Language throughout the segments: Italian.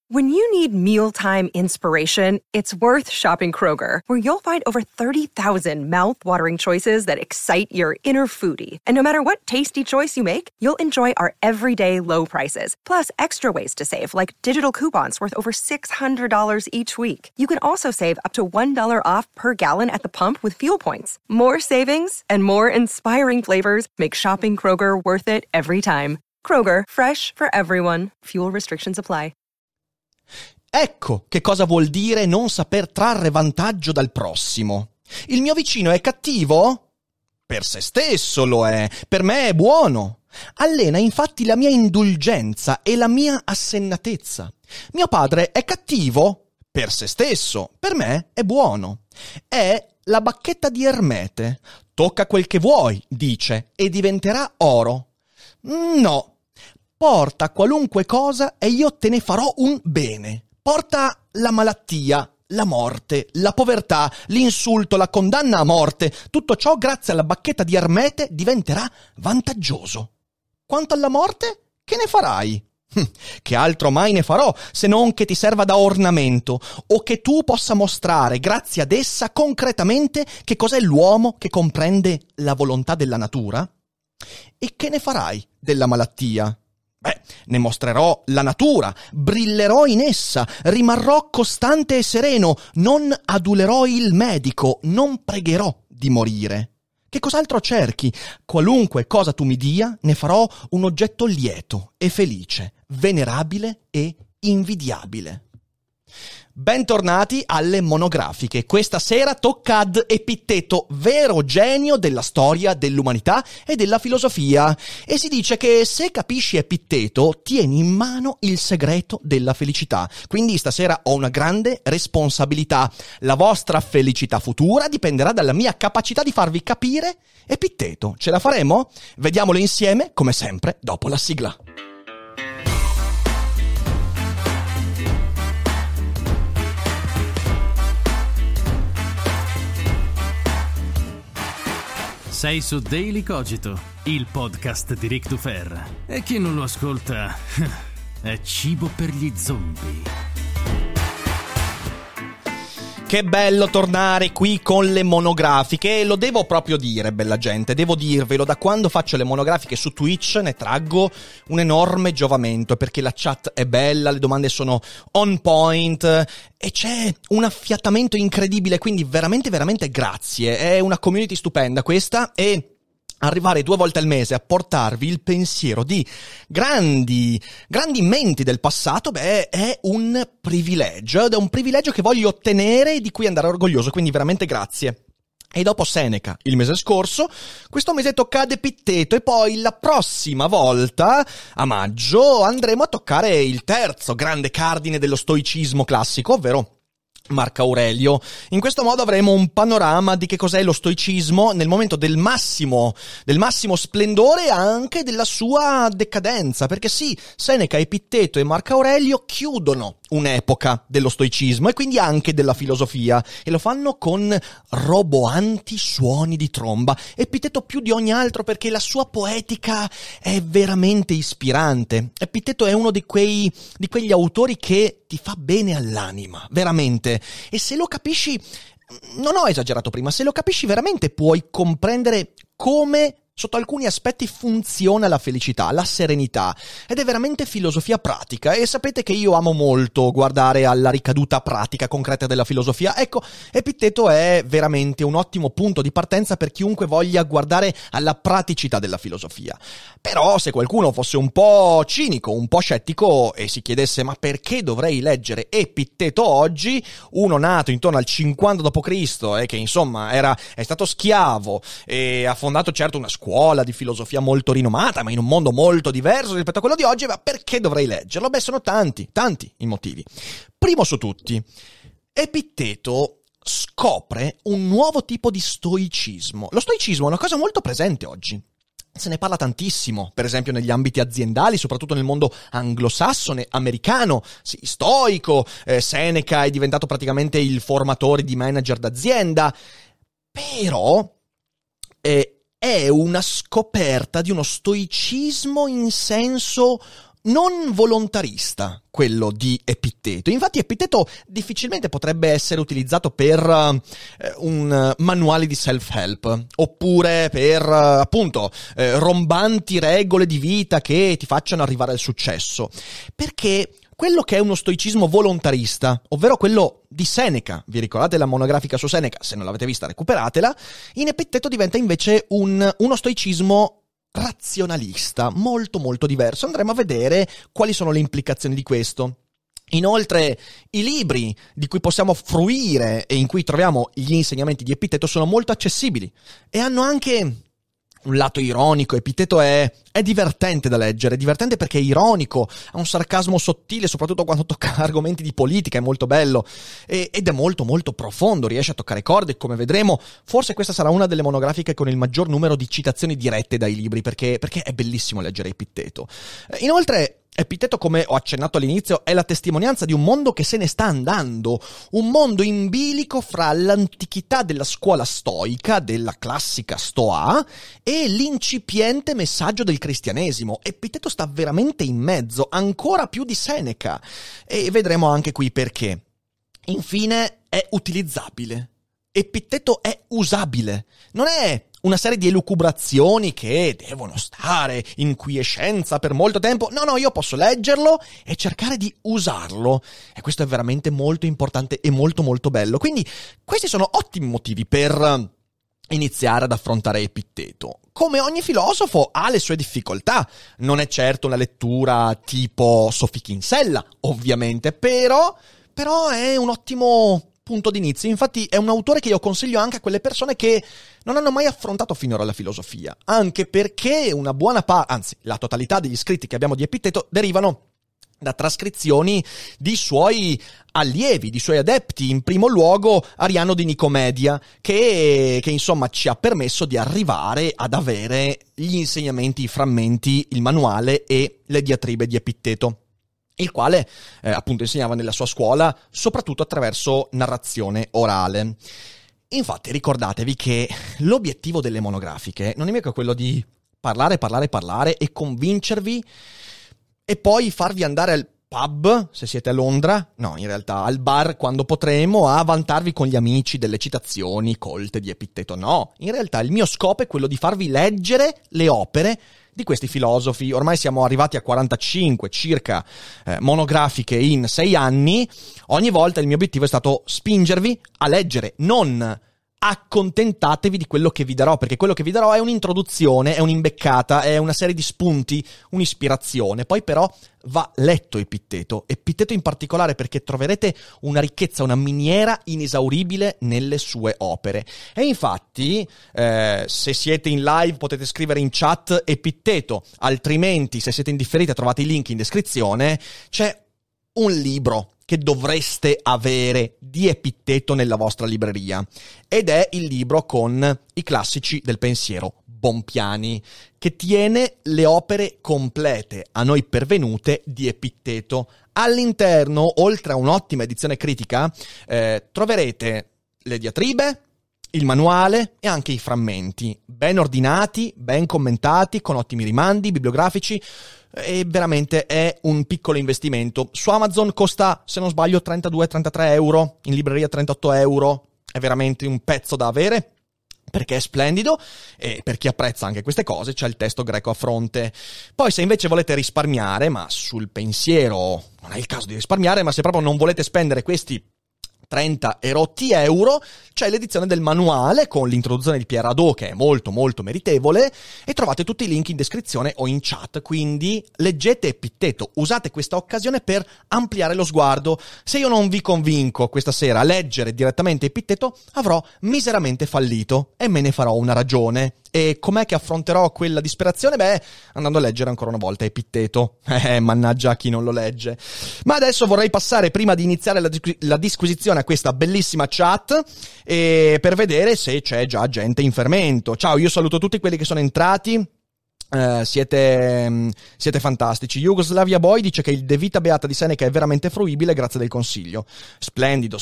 When you need mealtime inspiration, it's worth shopping Kroger, where you'll find over 30,000 mouth-watering choices that excite your inner foodie. And no matter what tasty choice you make, you'll enjoy our everyday low prices, plus extra ways to save, like digital coupons worth over $600 each week. You can also save up to $1 off per gallon at the pump with fuel points. More savings and more inspiring flavors make shopping Kroger worth it every time. Kroger, fresh for everyone. Fuel restrictions apply. Ecco che cosa vuol dire non saper trarre vantaggio dal prossimo. Il mio vicino è cattivo? Per se stesso lo è, per me è buono. Allena infatti la mia indulgenza e la mia assennatezza. Mio padre è cattivo? Per se stesso, per me è buono. È la bacchetta di Ermete. Tocca quel che vuoi, dice, e diventerà oro. No, porta qualunque cosa e io te ne farò un bene. Porta la malattia, la morte, la povertà, l'insulto, la condanna a morte. Tutto ciò, grazie alla bacchetta di Ermete, diventerà vantaggioso. Quanto alla morte, che ne farai? Che altro mai ne farò, se non che ti serva da ornamento, o che tu possa mostrare, grazie ad essa, concretamente che cos'è l'uomo che comprende la volontà della natura? E che ne farai della malattia? Ne mostrerò la natura, brillerò in essa, rimarrò costante e sereno, non adulerò il medico, non pregherò di morire. Che cos'altro cerchi? Qualunque cosa tu mi dia, ne farò un oggetto lieto e felice, venerabile e invidiabile. Bentornati alle monografiche. Questa sera tocca ad Epitteto, vero genio della storia dell'umanità e della filosofia. E si dice che se capisci Epitteto, tieni in mano il segreto della felicità. Quindi stasera ho una grande responsabilità. La vostra felicità futura dipenderà dalla mia capacità di farvi capire Epitteto. Ce la faremo? Vediamolo insieme, come sempre, dopo la sigla. Sei su Daily Cogito, il podcast di Ric Dufer. E chi non lo ascolta è cibo per gli zombie. Che bello tornare qui con le monografiche, e lo devo proprio dire, bella gente, devo dirvelo, da quando faccio le monografiche su Twitch ne traggo un enorme giovamento, perché la chat è bella, le domande sono on point e c'è un affiatamento incredibile, quindi veramente veramente grazie, è una community stupenda questa, e arrivare 2 volte al mese a portarvi il pensiero di grandi menti del passato, è un privilegio, ed è un privilegio che voglio ottenere e di cui andare orgoglioso, quindi veramente grazie. E dopo Seneca il mese scorso, questo mese tocca ad Epitteto, e poi la prossima volta, a maggio, andremo a toccare il terzo grande cardine dello stoicismo classico, ovvero Marco Aurelio. In questo modo avremo un panorama di che cos'è lo stoicismo nel momento del massimo splendore e anche della sua decadenza, perché sì, Seneca, Epitteto e Marco Aurelio chiudono un'epoca dello stoicismo e quindi anche della filosofia, e lo fanno con roboanti suoni di tromba. Epitteto più di ogni altro perché la sua poetica è veramente ispirante. Epitteto è uno di quegli autori che ti fa bene all'anima, veramente. E se lo capisci, non ho esagerato prima, se lo capisci veramente puoi comprendere come sotto alcuni aspetti funziona la felicità, la serenità, ed è veramente filosofia pratica, e sapete che io amo molto guardare alla ricaduta pratica concreta della filosofia. Ecco, Epitteto è veramente un ottimo punto di partenza per chiunque voglia guardare alla praticità della filosofia. Però se qualcuno fosse un po' cinico, un po' scettico e si chiedesse ma perché dovrei leggere Epitteto oggi, uno nato intorno al 50 d.C. e che insomma è stato schiavo e ha fondato certo una scuola di filosofia molto rinomata, ma in un mondo molto diverso rispetto a quello di oggi, ma perché dovrei leggerlo? Beh, sono tanti i motivi. Primo su tutti, Epitteto scopre un nuovo tipo di stoicismo. Lo stoicismo è una cosa molto presente oggi. Se ne parla tantissimo, per esempio negli ambiti aziendali, soprattutto nel mondo anglosassone, americano, sì, stoico, Seneca è diventato praticamente il formatore di manager d'azienda, però è una scoperta di uno stoicismo in senso non volontarista quello di Epitteto. Infatti Epitteto difficilmente potrebbe essere utilizzato per un manuale di self-help, oppure per appunto rombanti regole di vita che ti facciano arrivare al successo, perché quello che è uno stoicismo volontarista, ovvero quello di Seneca, vi ricordate la monografica su Seneca? Se non l'avete vista recuperatela. In Epitteto diventa invece uno stoicismo razionalista, molto molto diverso. Andremo a vedere quali sono le implicazioni di questo. Inoltre, i libri di cui possiamo fruire e in cui troviamo gli insegnamenti di Epitteto sono molto accessibili e hanno anche un lato ironico. Epitteto è divertente da leggere, è divertente perché è ironico, ha un sarcasmo sottile, soprattutto quando tocca argomenti di politica, è molto bello, ed è molto molto profondo, riesce a toccare corde, come vedremo. Forse questa sarà una delle monografiche con il maggior numero di citazioni dirette dai libri, perché è bellissimo leggere Epitteto. Inoltre, Epitteto, come ho accennato all'inizio, è la testimonianza di un mondo che se ne sta andando, un mondo in bilico fra l'antichità della scuola stoica, della classica Stoa, e l'incipiente messaggio del cristianesimo. Epitteto sta veramente in mezzo, ancora più di Seneca, e vedremo anche qui perché. Infine, è utilizzabile. Epitteto è usabile, non è una serie di elucubrazioni che devono stare in quiescenza per molto tempo. No, io posso leggerlo e cercare di usarlo, e questo è veramente molto importante e molto molto bello. Quindi questi sono ottimi motivi per iniziare ad affrontare Epitteto. Come ogni filosofo ha le sue difficoltà, non è certo una lettura tipo Sophie Kinsella, ovviamente, però è un ottimo punto d'inizio. Infatti è un autore che io consiglio anche a quelle persone che non hanno mai affrontato finora la filosofia, anche perché una buona parte, anzi la totalità degli scritti che abbiamo di Epitteto derivano da trascrizioni di suoi allievi, di suoi adepti, in primo luogo Ariano di Nicomedia, che insomma ci ha permesso di arrivare ad avere gli insegnamenti, i frammenti, il manuale e le diatribe di Epitteto, il quale appunto insegnava nella sua scuola soprattutto attraverso narrazione orale. Infatti ricordatevi che l'obiettivo delle monografiche non è mica quello di parlare e convincervi e poi farvi andare al pub, se siete a Londra, no, in realtà al bar quando potremo, a vantarvi con gli amici delle citazioni colte di Epitteto. No, in realtà il mio scopo è quello di farvi leggere le opere di questi filosofi. Ormai siamo arrivati a 45 circa monografiche in 6 anni. Ogni volta il mio obiettivo è stato spingervi a leggere, non accontentatevi di quello che vi darò, perché quello che vi darò è un'introduzione, è un'imbeccata, è una serie di spunti, un'ispirazione. Poi però va letto Epitteto in particolare, perché troverete una ricchezza, una miniera inesauribile nelle sue opere. E infatti se siete in live potete scrivere in chat Epitteto, altrimenti se siete indifferiti trovate i link in descrizione. C'è un libro che dovreste avere di Epitteto nella vostra libreria, ed è il libro con i classici del pensiero Bompiani, che tiene le opere complete a noi pervenute di Epitteto. All'interno, oltre a un'ottima edizione critica, troverete le diatribe, il manuale e anche i frammenti, ben ordinati, ben commentati, con ottimi rimandi bibliografici. E veramente è un piccolo investimento. Su Amazon costa, se non sbaglio, 32-33 euro, in libreria 38 euro. È veramente un pezzo da avere, perché è splendido, e per chi apprezza anche queste cose c'è il testo greco a fronte. Poi se invece volete risparmiare, ma sul pensiero non è il caso di risparmiare, ma se proprio non volete spendere questi 30 e rotti euro, c'è l'edizione del manuale con l'introduzione di Pierre Hadot, che è molto molto meritevole, e trovate tutti i link in descrizione o in chat. Quindi leggete Epitteto, usate questa occasione per ampliare lo sguardo. Se io non vi convinco questa sera a leggere direttamente Epitteto, avrò miseramente fallito e me ne farò una ragione. E com'è che affronterò quella disperazione? Beh, andando a leggere ancora una volta Epitteto. Mannaggia a chi non lo legge. Ma adesso vorrei passare, prima di iniziare la disquisizione, a questa bellissima chat, per vedere se c'è già gente in fermento. Ciao, io saluto tutti quelli che sono entrati. Siete fantastici. Jugoslavia Boy dice che il De Vita Beata di Seneca è veramente fruibile, grazie del consiglio. Splendido.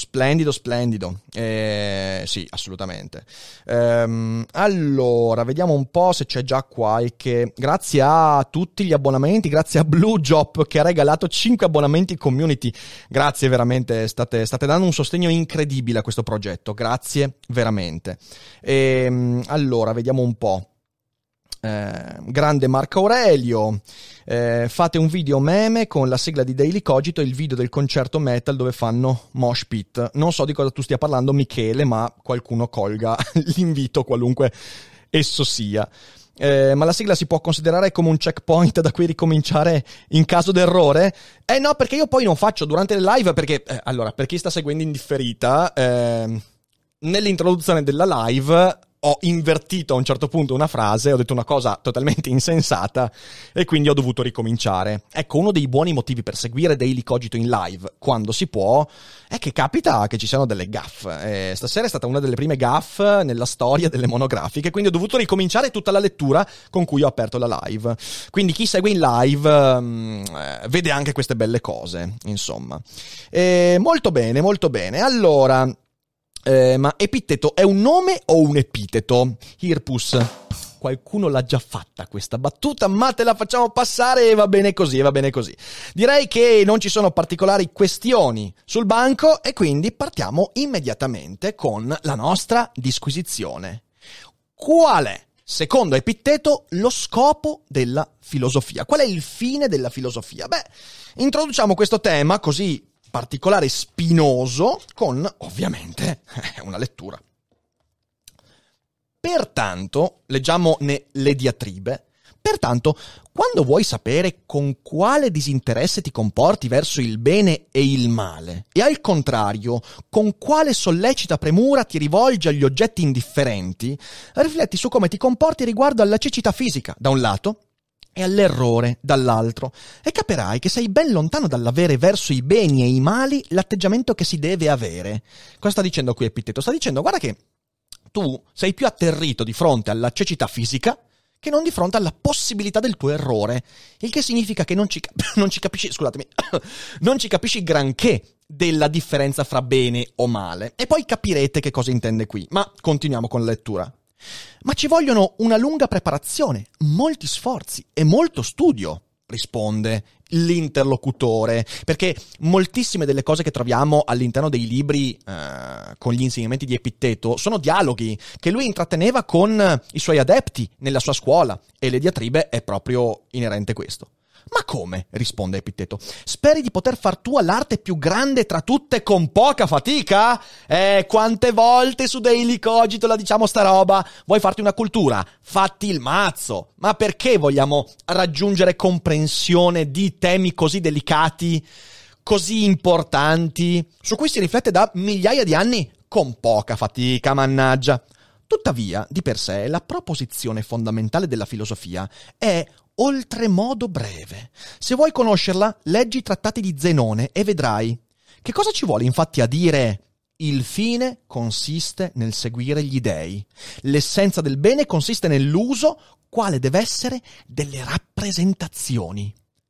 Sì, assolutamente. Allora, vediamo un po' se c'è già qualche. Grazie a tutti gli abbonamenti, grazie a Blue Job che ha regalato 5 abbonamenti community. Grazie veramente, state dando un sostegno incredibile a questo progetto. Grazie veramente. Allora, vediamo un po'. Grande Marco Aurelio, fate un video meme con la sigla di Daily Cogito e il video del concerto metal dove fanno mosh pit. Non so di cosa tu stia parlando, Michele, ma qualcuno colga l'invito, qualunque esso sia. Ma la sigla si può considerare come un checkpoint da cui ricominciare in caso d'errore? No, perché io poi non faccio durante le live, perché allora, per chi sta seguendo in differita, nell'introduzione della live ho invertito a un certo punto una frase, ho detto una cosa totalmente insensata e quindi ho dovuto ricominciare. Ecco, uno dei buoni motivi per seguire Daily Cogito in live quando si può è che capita che ci siano delle gaffe. Stasera è stata una delle prime gaffe nella storia delle monografiche, quindi ho dovuto ricominciare tutta la lettura con cui ho aperto la live. Quindi chi segue in live vede anche queste belle cose, insomma. Molto bene. Allora, ma epiteto è un nome o un epiteto? Hirpus, qualcuno l'ha già fatta questa battuta, ma te la facciamo passare e va bene così. Direi che non ci sono particolari questioni sul banco e quindi partiamo immediatamente con la nostra disquisizione. Qual è, secondo Epitteto, lo scopo della filosofia? Qual è il fine della filosofia? Introduciamo questo tema così particolare spinoso con, ovviamente, una lettura. Pertanto, leggiamone le diatribe. Pertanto, quando vuoi sapere con quale disinteresse ti comporti verso il bene e il male, e al contrario, con quale sollecita premura ti rivolgi agli oggetti indifferenti, rifletti su come ti comporti riguardo alla cecità fisica, da un lato, e all'errore dall'altro, e capirai che sei ben lontano dall'avere verso i beni e i mali l'atteggiamento che si deve avere. Cosa sta dicendo qui Epitteto? Sta dicendo, guarda che tu sei più atterrito di fronte alla cecità fisica che non di fronte alla possibilità del tuo errore, il che significa che non ci capisci, scusatemi, non ci capisci granché della differenza fra bene o male, e poi capirete che cosa intende qui. Ma continuiamo con la lettura. Ma ci vogliono una lunga preparazione, molti sforzi e molto studio, risponde l'interlocutore, perché moltissime delle cose che troviamo all'interno dei libri con gli insegnamenti di Epitteto sono dialoghi che lui intratteneva con i suoi adepti nella sua scuola, e le diatribe è proprio inerente questo. Ma come? Risponde Epitteto. Speri di poter far tua l'arte più grande tra tutte con poca fatica? Quante volte su Daily Cogito la diciamo sta roba? Vuoi farti una cultura? Fatti il mazzo! Ma perché vogliamo raggiungere comprensione di temi così delicati, così importanti, su cui si riflette da migliaia di anni con poca fatica, mannaggia? Tuttavia, di per sé, la proposizione fondamentale della filosofia è oltremodo breve. Se vuoi conoscerla, leggi i trattati di Zenone e vedrai. Che cosa ci vuole infatti a dire? Il fine consiste nel seguire gli dei. L'essenza del bene consiste nell'uso, quale deve essere, delle rappresentazioni.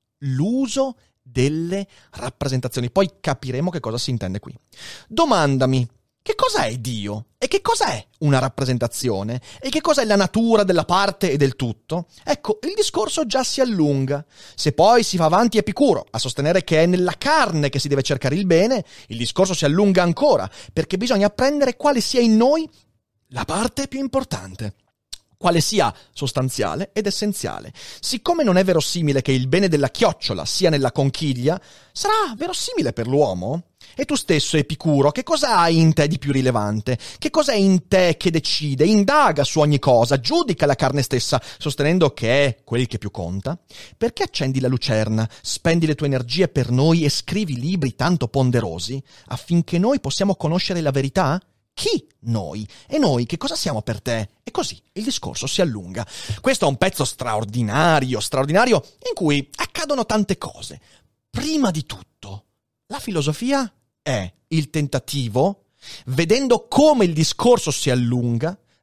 L'uso delle rappresentazioni. Poi capiremo che cosa si intende qui. Domandami, che cosa è Dio? E che cosa è una rappresentazione? E che cosa è la natura della parte e del tutto? Ecco, il discorso già si allunga. Se poi si va avanti Epicuro a sostenere che è nella carne che si deve cercare il bene, il discorso si allunga ancora, perché bisogna apprendere quale sia in noi la parte più importante, quale sia sostanziale ed essenziale. Siccome non è verosimile che il bene della chiocciola sia nella conchiglia, sarà verosimile per l'uomo? E tu stesso, Epicuro, che cosa hai in te di più rilevante? Che cosa è in te che decide, indaga su ogni cosa, giudica la carne stessa, sostenendo che è quel che più conta? Perché accendi la lucerna, spendi le tue energie per noi e scrivi libri tanto ponderosi, affinché noi possiamo conoscere la verità? Chi? Noi. E noi che cosa siamo per te? E così il discorso si allunga. Questo è un pezzo straordinario, in cui accadono tante cose. Prima di tutto, la filosofia è il tentativo, vedendo come il discorso si allunga,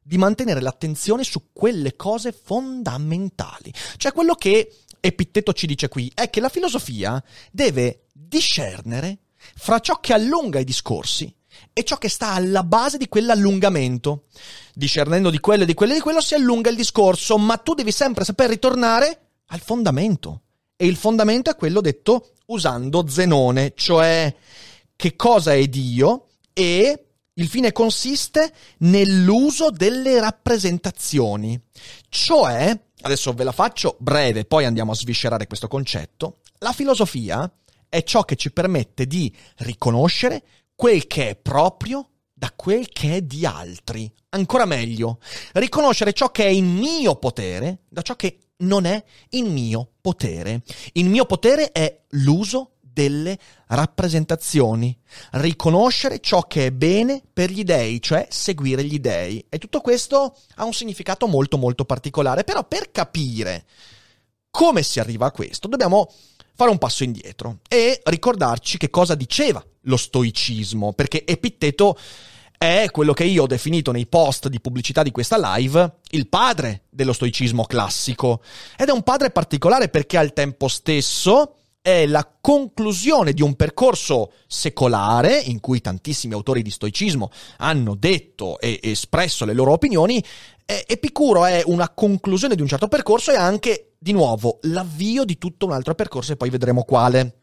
di mantenere l'attenzione su quelle cose fondamentali. Cioè quello che Epitteto ci dice qui è che la filosofia deve discernere fra ciò che allunga i discorsi e ciò che sta alla base di quell'allungamento. Discernendo di quello e di quello e di quello si allunga il discorso, ma tu devi sempre saper ritornare al fondamento. E il fondamento è quello detto usando Zenone, cioè che cosa è Dio, e il fine consiste nell'uso delle rappresentazioni. Cioè, adesso ve la faccio breve, poi andiamo a sviscerare questo concetto. La filosofia è ciò che ci permette di riconoscere quel che è proprio da quel che è di altri. Ancora meglio, riconoscere ciò che è in mio potere da ciò che non è in mio potere. Il mio potere è l'uso delle rappresentazioni. Riconoscere ciò che è bene per gli dei, cioè seguire gli dei. E tutto questo ha un significato molto molto particolare. Però per capire come si arriva a questo dobbiamo fare un passo indietro e ricordarci che cosa diceva lo stoicismo, perché Epitteto è quello che io ho definito nei post di pubblicità di questa live il padre dello stoicismo classico. Ed è un padre particolare perché al tempo stesso è la conclusione di un percorso secolare in cui tantissimi autori di stoicismo hanno detto e espresso le loro opinioni. Epicuro è una conclusione di un certo percorso e anche, di nuovo, l'avvio di tutto un altro percorso e poi vedremo quale.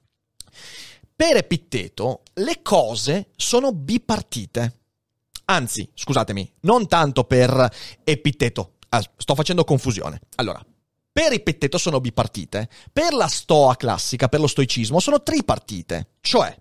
Per Epitteto le cose sono bipartite. Anzi, scusatemi, non tanto per Epitteto. Sto facendo confusione. Allora, per Epitteto sono bipartite. Per la Stoa classica, per lo stoicismo, sono tripartite. Cioè,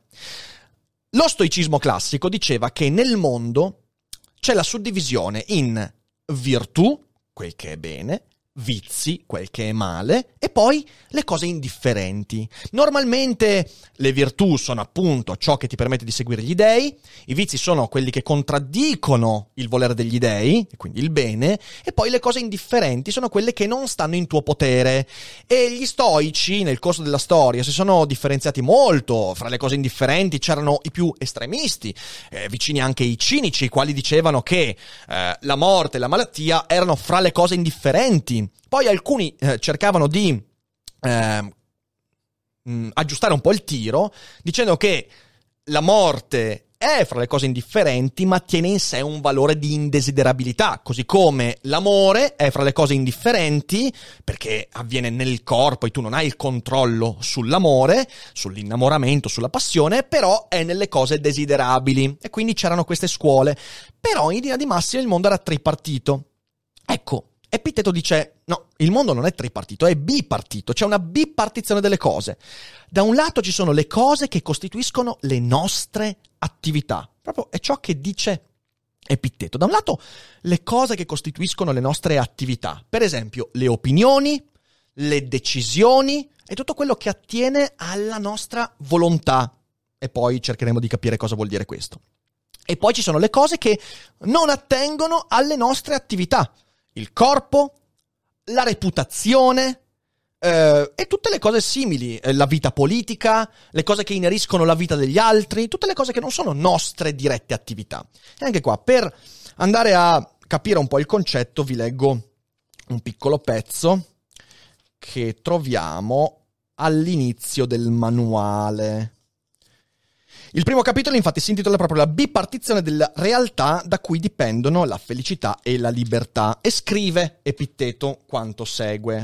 lo stoicismo classico diceva che nel mondo c'è la suddivisione in virtù, quel che è bene, vizi, quel che è male, e poi le cose indifferenti. Normalmente le virtù sono appunto ciò che ti permette di seguire gli dei, i vizi sono quelli che contraddicono il volere degli dei, e quindi il bene, e poi le cose indifferenti sono quelle che non stanno in tuo potere. E gli stoici nel corso della storia si sono differenziati molto. Fra le cose indifferenti c'erano i più estremisti, vicini anche ai cinici, i quali dicevano che la morte e la malattia erano fra le cose indifferenti. Poi alcuni cercavano di aggiustare un po' il tiro, dicendo che la morte è fra le cose indifferenti, ma tiene in sé un valore di indesiderabilità, così come l'amore è fra le cose indifferenti, perché avviene nel corpo e tu non hai il controllo sull'amore, sull'innamoramento, sulla passione, però è nelle cose desiderabili. E quindi c'erano queste scuole. Però in linea di massima il mondo era tripartito. Ecco, Epitteto dice, no, il mondo non è tripartito, è bipartito, c'è una bipartizione delle cose. Da un lato ci sono le cose che costituiscono le nostre attività, proprio è ciò che dice Epitteto. Da un lato le cose che costituiscono le nostre attività, per esempio le opinioni, le decisioni e tutto quello che attiene alla nostra volontà. E poi cercheremo di capire cosa vuol dire questo. E poi ci sono le cose che non attengono alle nostre attività. Il corpo, la reputazione e tutte le cose simili, la vita politica, le cose che ineriscono la vita degli altri, tutte le cose che non sono nostre dirette attività. E anche qua, per andare a capire un po' il concetto, vi leggo un piccolo pezzo che troviamo all'inizio del manuale. Il primo capitolo infatti si intitola proprio La bipartizione della realtà da cui dipendono la felicità e la libertà, e scrive Epitteto quanto segue.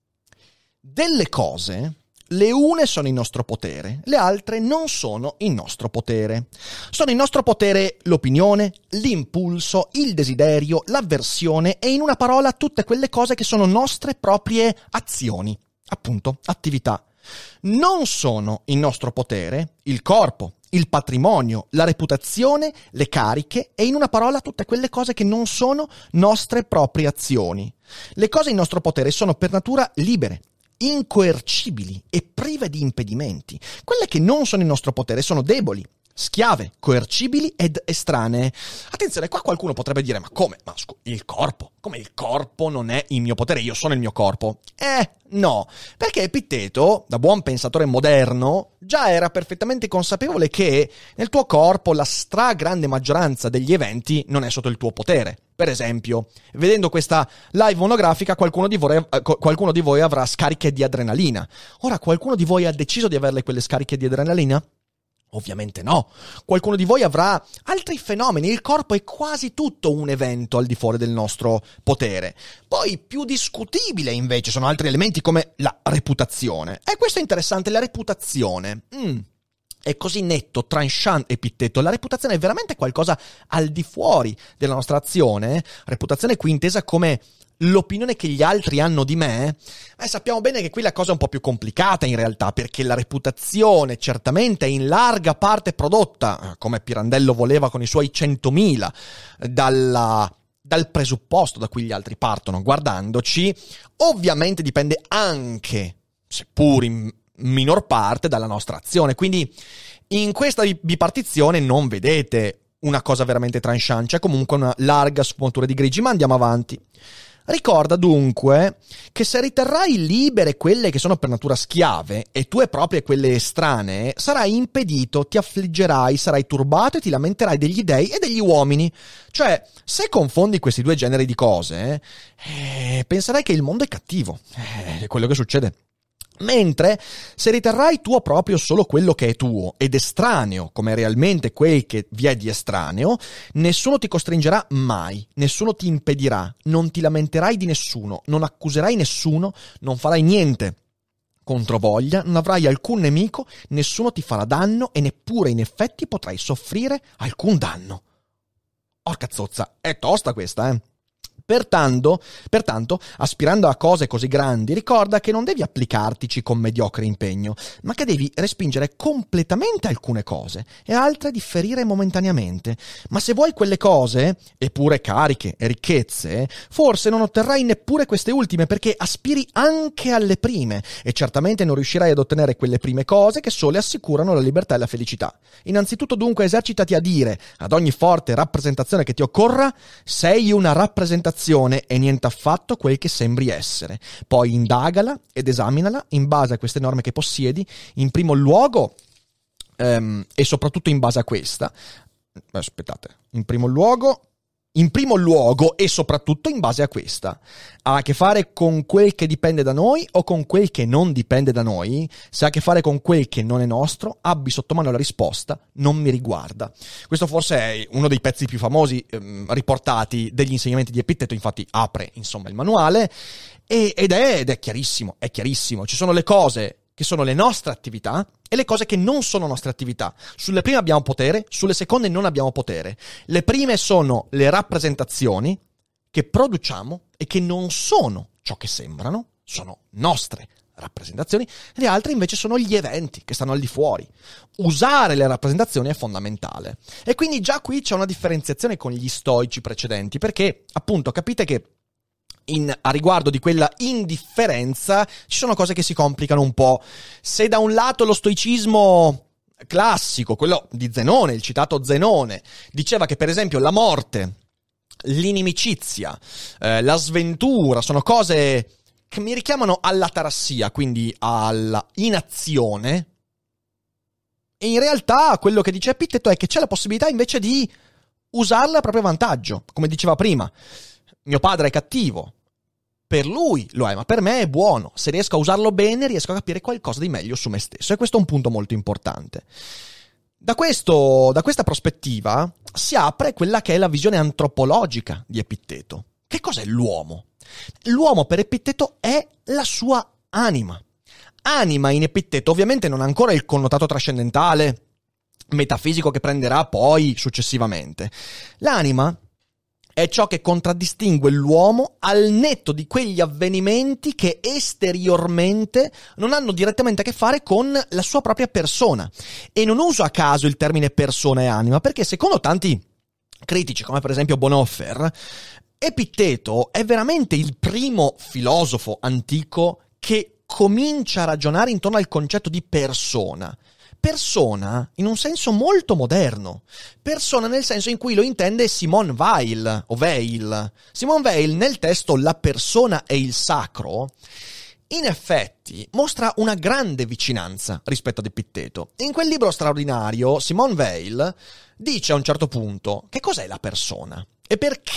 Delle cose, le une sono in nostro potere, le altre non sono in nostro potere. Sono in nostro potere l'opinione, l'impulso, il desiderio, l'avversione e in una parola tutte quelle cose che sono nostre proprie azioni, appunto attività. Non sono in nostro potere il corpo, il patrimonio, la reputazione, le cariche e in una parola tutte quelle cose che non sono nostre proprie azioni. Le cose in nostro potere sono per natura libere, incoercibili e prive di impedimenti. Quelle che non sono in nostro potere sono deboli, schiave, coercibili ed estranee. Attenzione, qua qualcuno potrebbe dire, ma come? Ma il corpo? Come il corpo non è in mio potere? Io sono il mio corpo. No, perché Epitteto, da buon pensatore moderno, già era perfettamente consapevole che nel tuo corpo la stragrande maggioranza degli eventi non è sotto il tuo potere. Per esempio, vedendo questa live monografica, qualcuno di voi avrà scariche di adrenalina. Ora, qualcuno di voi ha deciso di averle quelle scariche di adrenalina? Ovviamente no. Qualcuno di voi avrà altri fenomeni. Il corpo è quasi tutto un evento al di fuori del nostro potere. Poi, più discutibile invece sono altri elementi come la reputazione. E questo è interessante, la reputazione. È così netto, tranchant Epitteto. La reputazione è veramente qualcosa al di fuori della nostra azione. Reputazione qui intesa come l'opinione che gli altri hanno di me. Sappiamo bene che qui la cosa è un po' più complicata in realtà, perché la reputazione certamente è in larga parte prodotta, come Pirandello voleva con i suoi 100.000, dal presupposto da cui gli altri partono guardandoci. Ovviamente dipende anche, seppur in minor parte, dalla nostra azione. Quindi in questa bipartizione non vedete una cosa veramente tranchant, c'è comunque una larga sfumatura di grigi, ma andiamo avanti. Ricorda dunque che se riterrai libere quelle che sono per natura schiave e tue proprie quelle estranee, sarai impedito, ti affliggerai, sarai turbato e ti lamenterai degli dei e degli uomini. Cioè, se confondi questi due generi di cose, penserai che il mondo è cattivo. È quello che succede. Mentre se riterrai tuo proprio solo quello che è tuo ed estraneo come realmente quel che vi è di estraneo, nessuno ti costringerà mai, nessuno ti impedirà, non ti lamenterai di nessuno, non accuserai nessuno, non farai niente controvoglia, non avrai alcun nemico, nessuno ti farà danno e neppure in effetti potrai soffrire alcun danno. Orca zozza, è tosta questa, Pertanto, aspirando a cose così grandi, ricorda che non devi applicartici con mediocre impegno, ma che devi respingere completamente alcune cose e altre differire momentaneamente. Ma se vuoi quelle cose, eppure cariche e ricchezze, forse non otterrai neppure queste ultime, perché aspiri anche alle prime e certamente non riuscirai ad ottenere quelle prime cose che sole assicurano la libertà e la felicità. Innanzitutto dunque esercitati a dire, ad ogni forte rappresentazione che ti occorra, sei una rappresentazione e niente affatto quel che sembri essere. Poi indagala ed esaminala in base a queste norme che possiedi, in primo luogo e soprattutto in base a questa. In primo luogo e soprattutto in base a questa. Ha a che fare con quel che dipende da noi o con quel che non dipende da noi? Se ha a che fare con quel che non è nostro, abbi sotto mano la risposta: non mi riguarda. Questo forse è uno dei pezzi più famosi riportati degli insegnamenti di Epitteto, infatti apre il manuale ed è chiarissimo, Ci sono le cose che sono le nostre attività e le cose che non sono nostre attività. Sulle prime abbiamo potere, sulle seconde non abbiamo potere. Le prime sono le rappresentazioni che produciamo e che non sono ciò che sembrano, sono nostre rappresentazioni, le altre invece sono gli eventi che stanno al di fuori. Usare le rappresentazioni è fondamentale. E quindi già qui c'è una differenziazione con gli stoici precedenti, perché appunto capite che a riguardo di quella indifferenza ci sono cose che si complicano un po'. Se da un lato lo stoicismo classico, quello di Zenone, il citato Zenone, diceva che per esempio la morte, l'inimicizia, la sventura sono cose che mi richiamano all'atarassia, quindi alla inazione, e in realtà quello che dice Epitteto è che c'è la possibilità invece di usarla a proprio vantaggio. Come diceva prima, mio padre è cattivo, per lui lo è, ma per me è buono. Se riesco a usarlo bene, riesco a capire qualcosa di meglio su me stesso. E questo è un punto molto importante. Da questa prospettiva si apre quella che è la visione antropologica di Epitteto. Che cos'è l'uomo? L'uomo per Epitteto è la sua anima. Anima in Epitteto ovviamente non ha ancora il connotato trascendentale, metafisico che prenderà poi successivamente. L'anima è ciò che contraddistingue l'uomo al netto di quegli avvenimenti che esteriormente non hanno direttamente a che fare con la sua propria persona. E non uso a caso il termine persona e anima, perché secondo tanti critici, come per esempio Bonhoeffer, Epitteto è veramente il primo filosofo antico che comincia a ragionare intorno al concetto di persona. Persona in un senso molto moderno. Persona nel senso in cui lo intende Simone Weil, o Weil. Simone Weil nel testo La persona e il sacro, in effetti mostra una grande vicinanza rispetto ad Epitteto. In quel libro straordinario Simone Weil dice a un certo punto che cos'è la persona e perché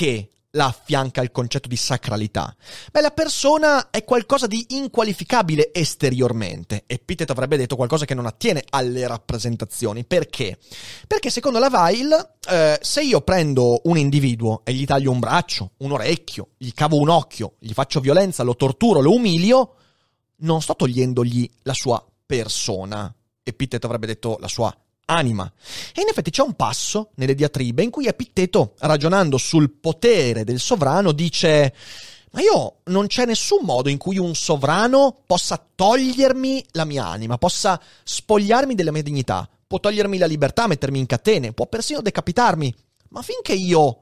la affianca il concetto di sacralità? Beh, la persona è qualcosa di inqualificabile esteriormente. Epitteto avrebbe detto qualcosa che non attiene alle rappresentazioni. Perché? Perché secondo la Weil, se io prendo un individuo e gli taglio un braccio, un orecchio, gli cavo un occhio, gli faccio violenza, lo torturo, lo umilio, non sto togliendogli la sua persona. Epitteto avrebbe detto la sua anima. E in effetti c'è un passo nelle diatribe in cui Epitteto, ragionando sul potere del sovrano, dice: ma io non c'è nessun modo in cui un sovrano possa togliermi la mia anima, possa spogliarmi della mia dignità, può togliermi la libertà, mettermi in catene, può persino decapitarmi, ma finché io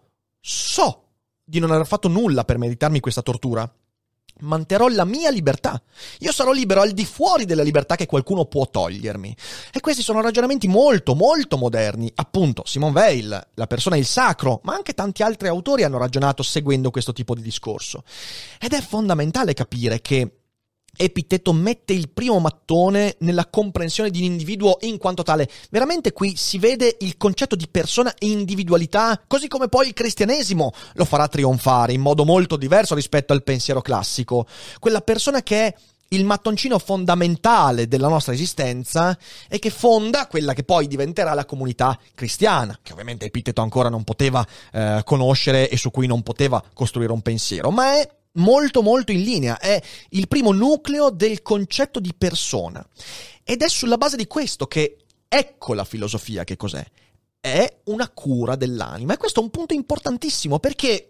so di non aver fatto nulla per meritarmi questa tortura, manterrò la mia libertà. Io sarò libero al di fuori della libertà che qualcuno può togliermi. E questi sono ragionamenti molto, molto moderni. Appunto, Simone Weil, La persona e il sacro, ma anche tanti altri autori hanno ragionato seguendo questo tipo di discorso. Ed è fondamentale capire che Epitteto mette il primo mattone nella comprensione di un individuo in quanto tale. Veramente qui si vede il concetto di persona e individualità, così come poi il cristianesimo lo farà trionfare in modo molto diverso rispetto al pensiero classico. Quella persona che è il mattoncino fondamentale della nostra esistenza e che fonda quella che poi diventerà la comunità cristiana, che ovviamente Epitteto ancora non poteva conoscere e su cui non poteva costruire un pensiero, ma è molto molto in linea, è il primo nucleo del concetto di persona. Ed è sulla base di questo che, ecco la filosofia che cos'è? È una cura dell'anima. E questo è un punto importantissimo perché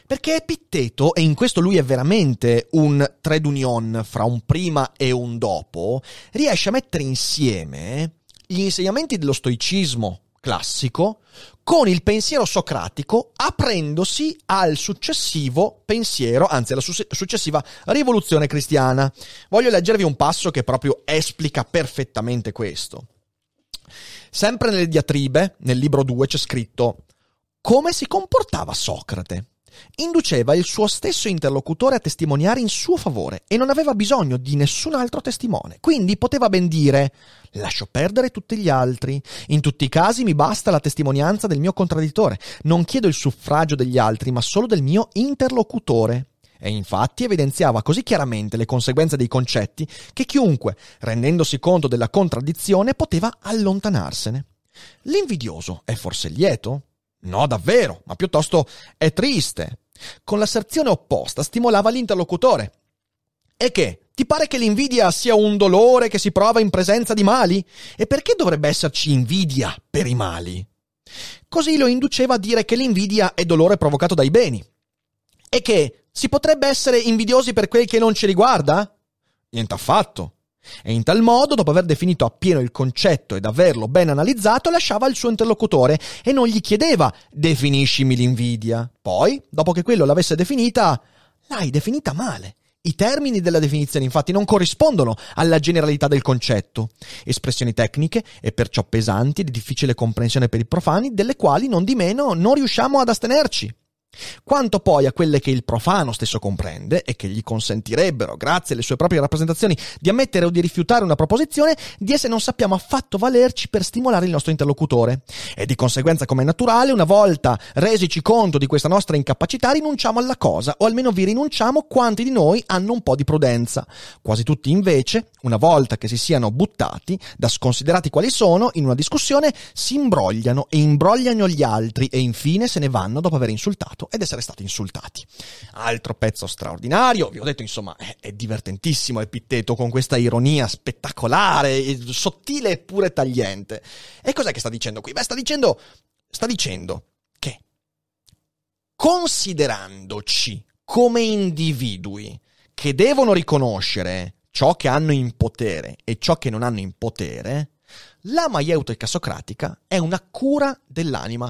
Epitteto, e in questo lui è veramente un trade union fra un prima e un dopo, riesce a mettere insieme gli insegnamenti dello stoicismo classico con il pensiero socratico, aprendosi al successivo pensiero, anzi alla successiva rivoluzione cristiana. Voglio leggervi un passo che proprio esplica perfettamente questo. Sempre nelle diatribe, nel libro 2 c'è scritto: come si comportava Socrate? Induceva il suo stesso interlocutore a testimoniare in suo favore e non aveva bisogno di nessun altro testimone. Quindi poteva ben dire: lascio perdere tutti gli altri. In tutti i casi mi basta la testimonianza del mio contraddittore. Non chiedo il suffragio degli altri, ma solo del mio interlocutore. E infatti evidenziava così chiaramente le conseguenze dei concetti che chiunque, rendendosi conto della contraddizione, poteva allontanarsene. L'invidioso è forse lieto? No, davvero, ma piuttosto è triste. Con l'asserzione opposta stimolava l'interlocutore. E che? Ti pare che l'invidia sia un dolore che si prova in presenza di mali? E perché dovrebbe esserci invidia per i mali? Così lo induceva a dire che l'invidia è dolore provocato dai beni. E che? Si potrebbe essere invidiosi per quel che non ci riguarda? Niente affatto. E in tal modo, dopo aver definito appieno il concetto ed averlo ben analizzato, lasciava il suo interlocutore e non gli chiedeva: definiscimi l'invidia. Poi, dopo che quello l'avesse definita, l'hai definita male. I termini della definizione infatti non corrispondono alla generalità del concetto. Espressioni tecniche e perciò pesanti e di difficile comprensione per i profani, delle quali non di meno non riusciamo ad astenerci. Quanto poi a quelle che il profano stesso comprende e che gli consentirebbero, grazie alle sue proprie rappresentazioni, di ammettere o di rifiutare una proposizione, di esse non sappiamo affatto valerci per stimolare il nostro interlocutore. E di conseguenza, come è naturale, una volta resici conto di questa nostra incapacità, rinunciamo alla cosa, o almeno vi rinunciamo quanti di noi hanno un po' di prudenza. Quasi tutti invece, una volta che si siano buttati, da sconsiderati quali sono, in una discussione, si imbrogliano e imbrogliano gli altri e infine se ne vanno dopo aver insultato ed essere stati insultati. Altro pezzo straordinario, vi ho detto, insomma, è divertentissimo Epitteto con questa ironia spettacolare, sottile eppure tagliente. E cos'è che sta dicendo qui? Beh, sta dicendo che considerandoci come individui che devono riconoscere ciò che hanno in potere e ciò che non hanno in potere, la maieutica socratica è una cura dell'anima.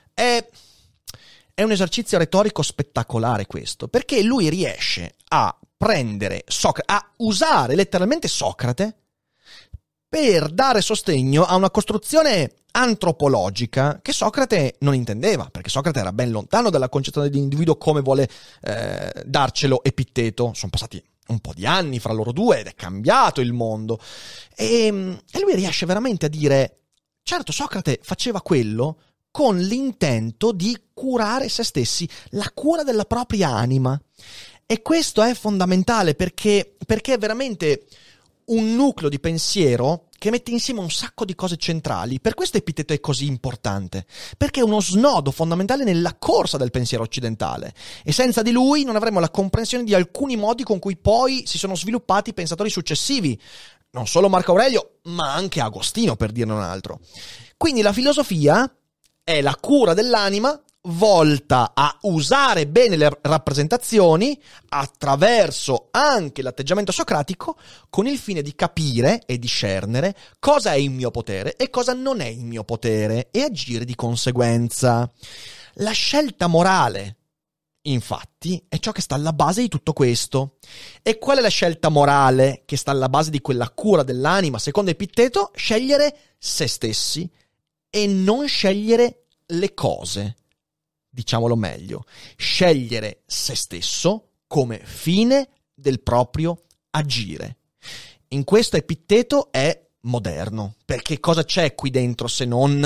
È un esercizio retorico spettacolare questo, perché lui riesce a prendere a usare letteralmente Socrate per dare sostegno a una costruzione antropologica che Socrate non intendeva, perché Socrate era ben lontano dalla concezione di individuo come vuole darcelo Epitteto. Sono passati un po' di anni fra loro due ed è cambiato il mondo. E lui riesce veramente a dire: certo, Socrate faceva quello con l'intento di curare se stessi, la cura della propria anima. E questo è fondamentale perché è veramente un nucleo di pensiero che mette insieme un sacco di cose centrali. Per questo Epitteto è così importante, perché è uno snodo fondamentale nella corsa del pensiero occidentale, e senza di lui non avremo la comprensione di alcuni modi con cui poi si sono sviluppati i pensatori successivi, non solo Marco Aurelio, ma anche Agostino, per dirne un altro. Quindi la filosofia è la cura dell'anima volta a usare bene le rappresentazioni attraverso anche l'atteggiamento socratico, con il fine di capire e discernere cosa è il mio potere e cosa non è il mio potere e agire di conseguenza. La scelta morale, infatti, è ciò che sta alla base di tutto questo. E qual è la scelta morale che sta alla base di quella cura dell'anima? Secondo Epitteto, scegliere se stessi e non scegliere le cose. Diciamolo meglio, scegliere se stesso come fine del proprio agire. In questo Epitteto è moderno, perché cosa c'è qui dentro se non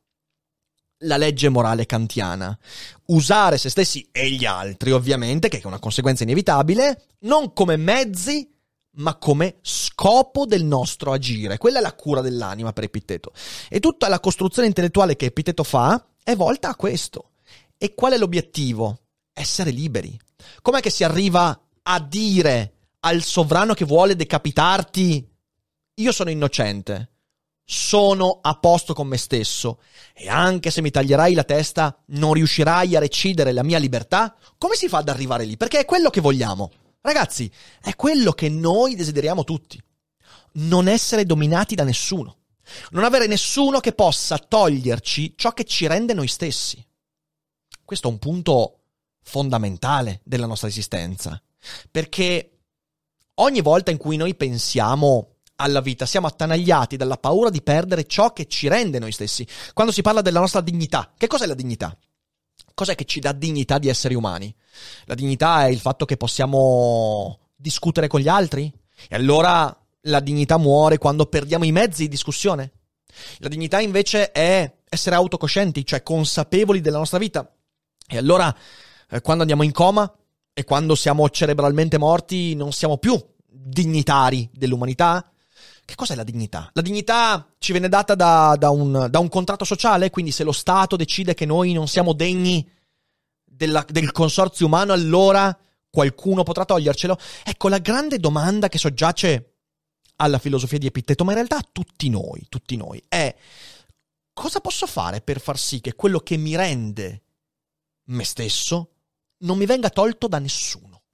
la legge morale kantiana? Usare se stessi e gli altri, ovviamente, che è una conseguenza inevitabile, non come mezzi, ma come scopo del nostro agire. Quella è la cura dell'anima per Epitteto. E tutta la costruzione intellettuale che Epitteto fa è volta a questo. E qual è l'obiettivo? Essere liberi. Com'è che si arriva a dire al sovrano che vuole decapitarti: io sono innocente, sono a posto con me stesso, e anche se mi taglierai la testa non riuscirai a recidere la mia libertà? Come si fa ad arrivare lì? Perché è quello che vogliamo. Ragazzi, è quello che noi desideriamo tutti. Non essere dominati da nessuno. Non avere nessuno che possa toglierci ciò che ci rende noi stessi. Questo è un punto fondamentale della nostra esistenza, perché ogni volta in cui noi pensiamo alla vita siamo attanagliati dalla paura di perdere ciò che ci rende noi stessi. Quando si parla della nostra dignità, che cos'è la dignità? Cos'è che ci dà dignità di esseri umani? La dignità è il fatto che possiamo discutere con gli altri? E allora la dignità muore quando perdiamo i mezzi di discussione? La dignità invece è essere autocoscienti, cioè consapevoli della nostra vita. E allora, quando andiamo in coma e quando siamo cerebralmente morti, non siamo più dignitari dell'umanità? Che cos'è la dignità? La dignità ci viene data da un contratto sociale, quindi se lo Stato decide che noi non siamo degni del consorzio umano, allora qualcuno potrà togliercelo? Ecco, la grande domanda che soggiace alla filosofia di Epitteto, ma in realtà a tutti noi, è: cosa posso fare per far sì che quello che mi rende me stesso non mi venga tolto da nessuno?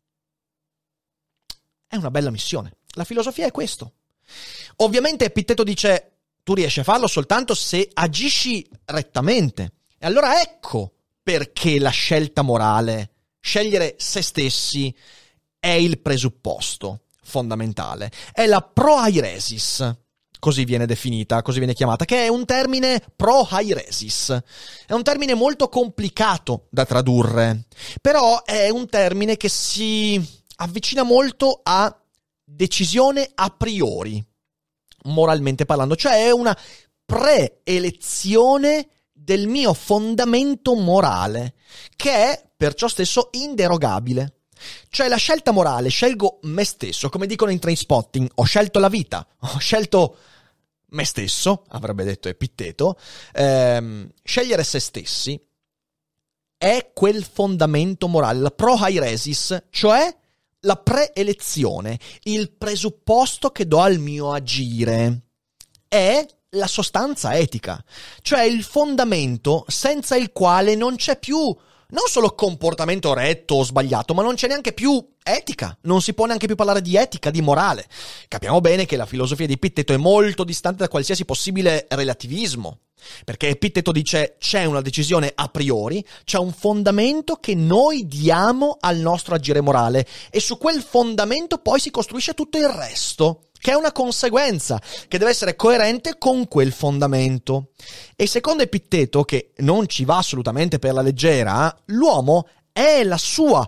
È una bella missione. La filosofia è questo. Ovviamente Epitteto dice: tu riesci a farlo soltanto se agisci rettamente. E allora ecco perché la scelta morale, scegliere se stessi, è il presupposto fondamentale. È la proairesis, così viene definita, così viene chiamata, che è un termine proairesis. È un termine molto complicato da tradurre, però è un termine che si avvicina molto a decisione a priori, moralmente parlando, cioè è una preelezione del mio fondamento morale, che è perciò stesso inderogabile. Cioè la scelta morale, scelgo me stesso, come dicono in Trainspotting: ho scelto la vita, ho scelto me stesso, avrebbe detto Epitteto. Scegliere se stessi è quel fondamento morale, la proairesis, cioè la preelezione, il presupposto che do al mio agire, è la sostanza etica, cioè il fondamento senza il quale non c'è più non solo comportamento retto o sbagliato, ma non c'è neanche più etica, non si può neanche più parlare di etica, di morale. Capiamo bene che la filosofia di Epitteto è molto distante da qualsiasi possibile relativismo, perché Epitteto dice: c'è una decisione a priori, c'è un fondamento che noi diamo al nostro agire morale e su quel fondamento poi si costruisce tutto il resto, che è una conseguenza, che deve essere coerente con quel fondamento. E secondo Epitteto, che non ci va assolutamente per la leggera, l'uomo è la sua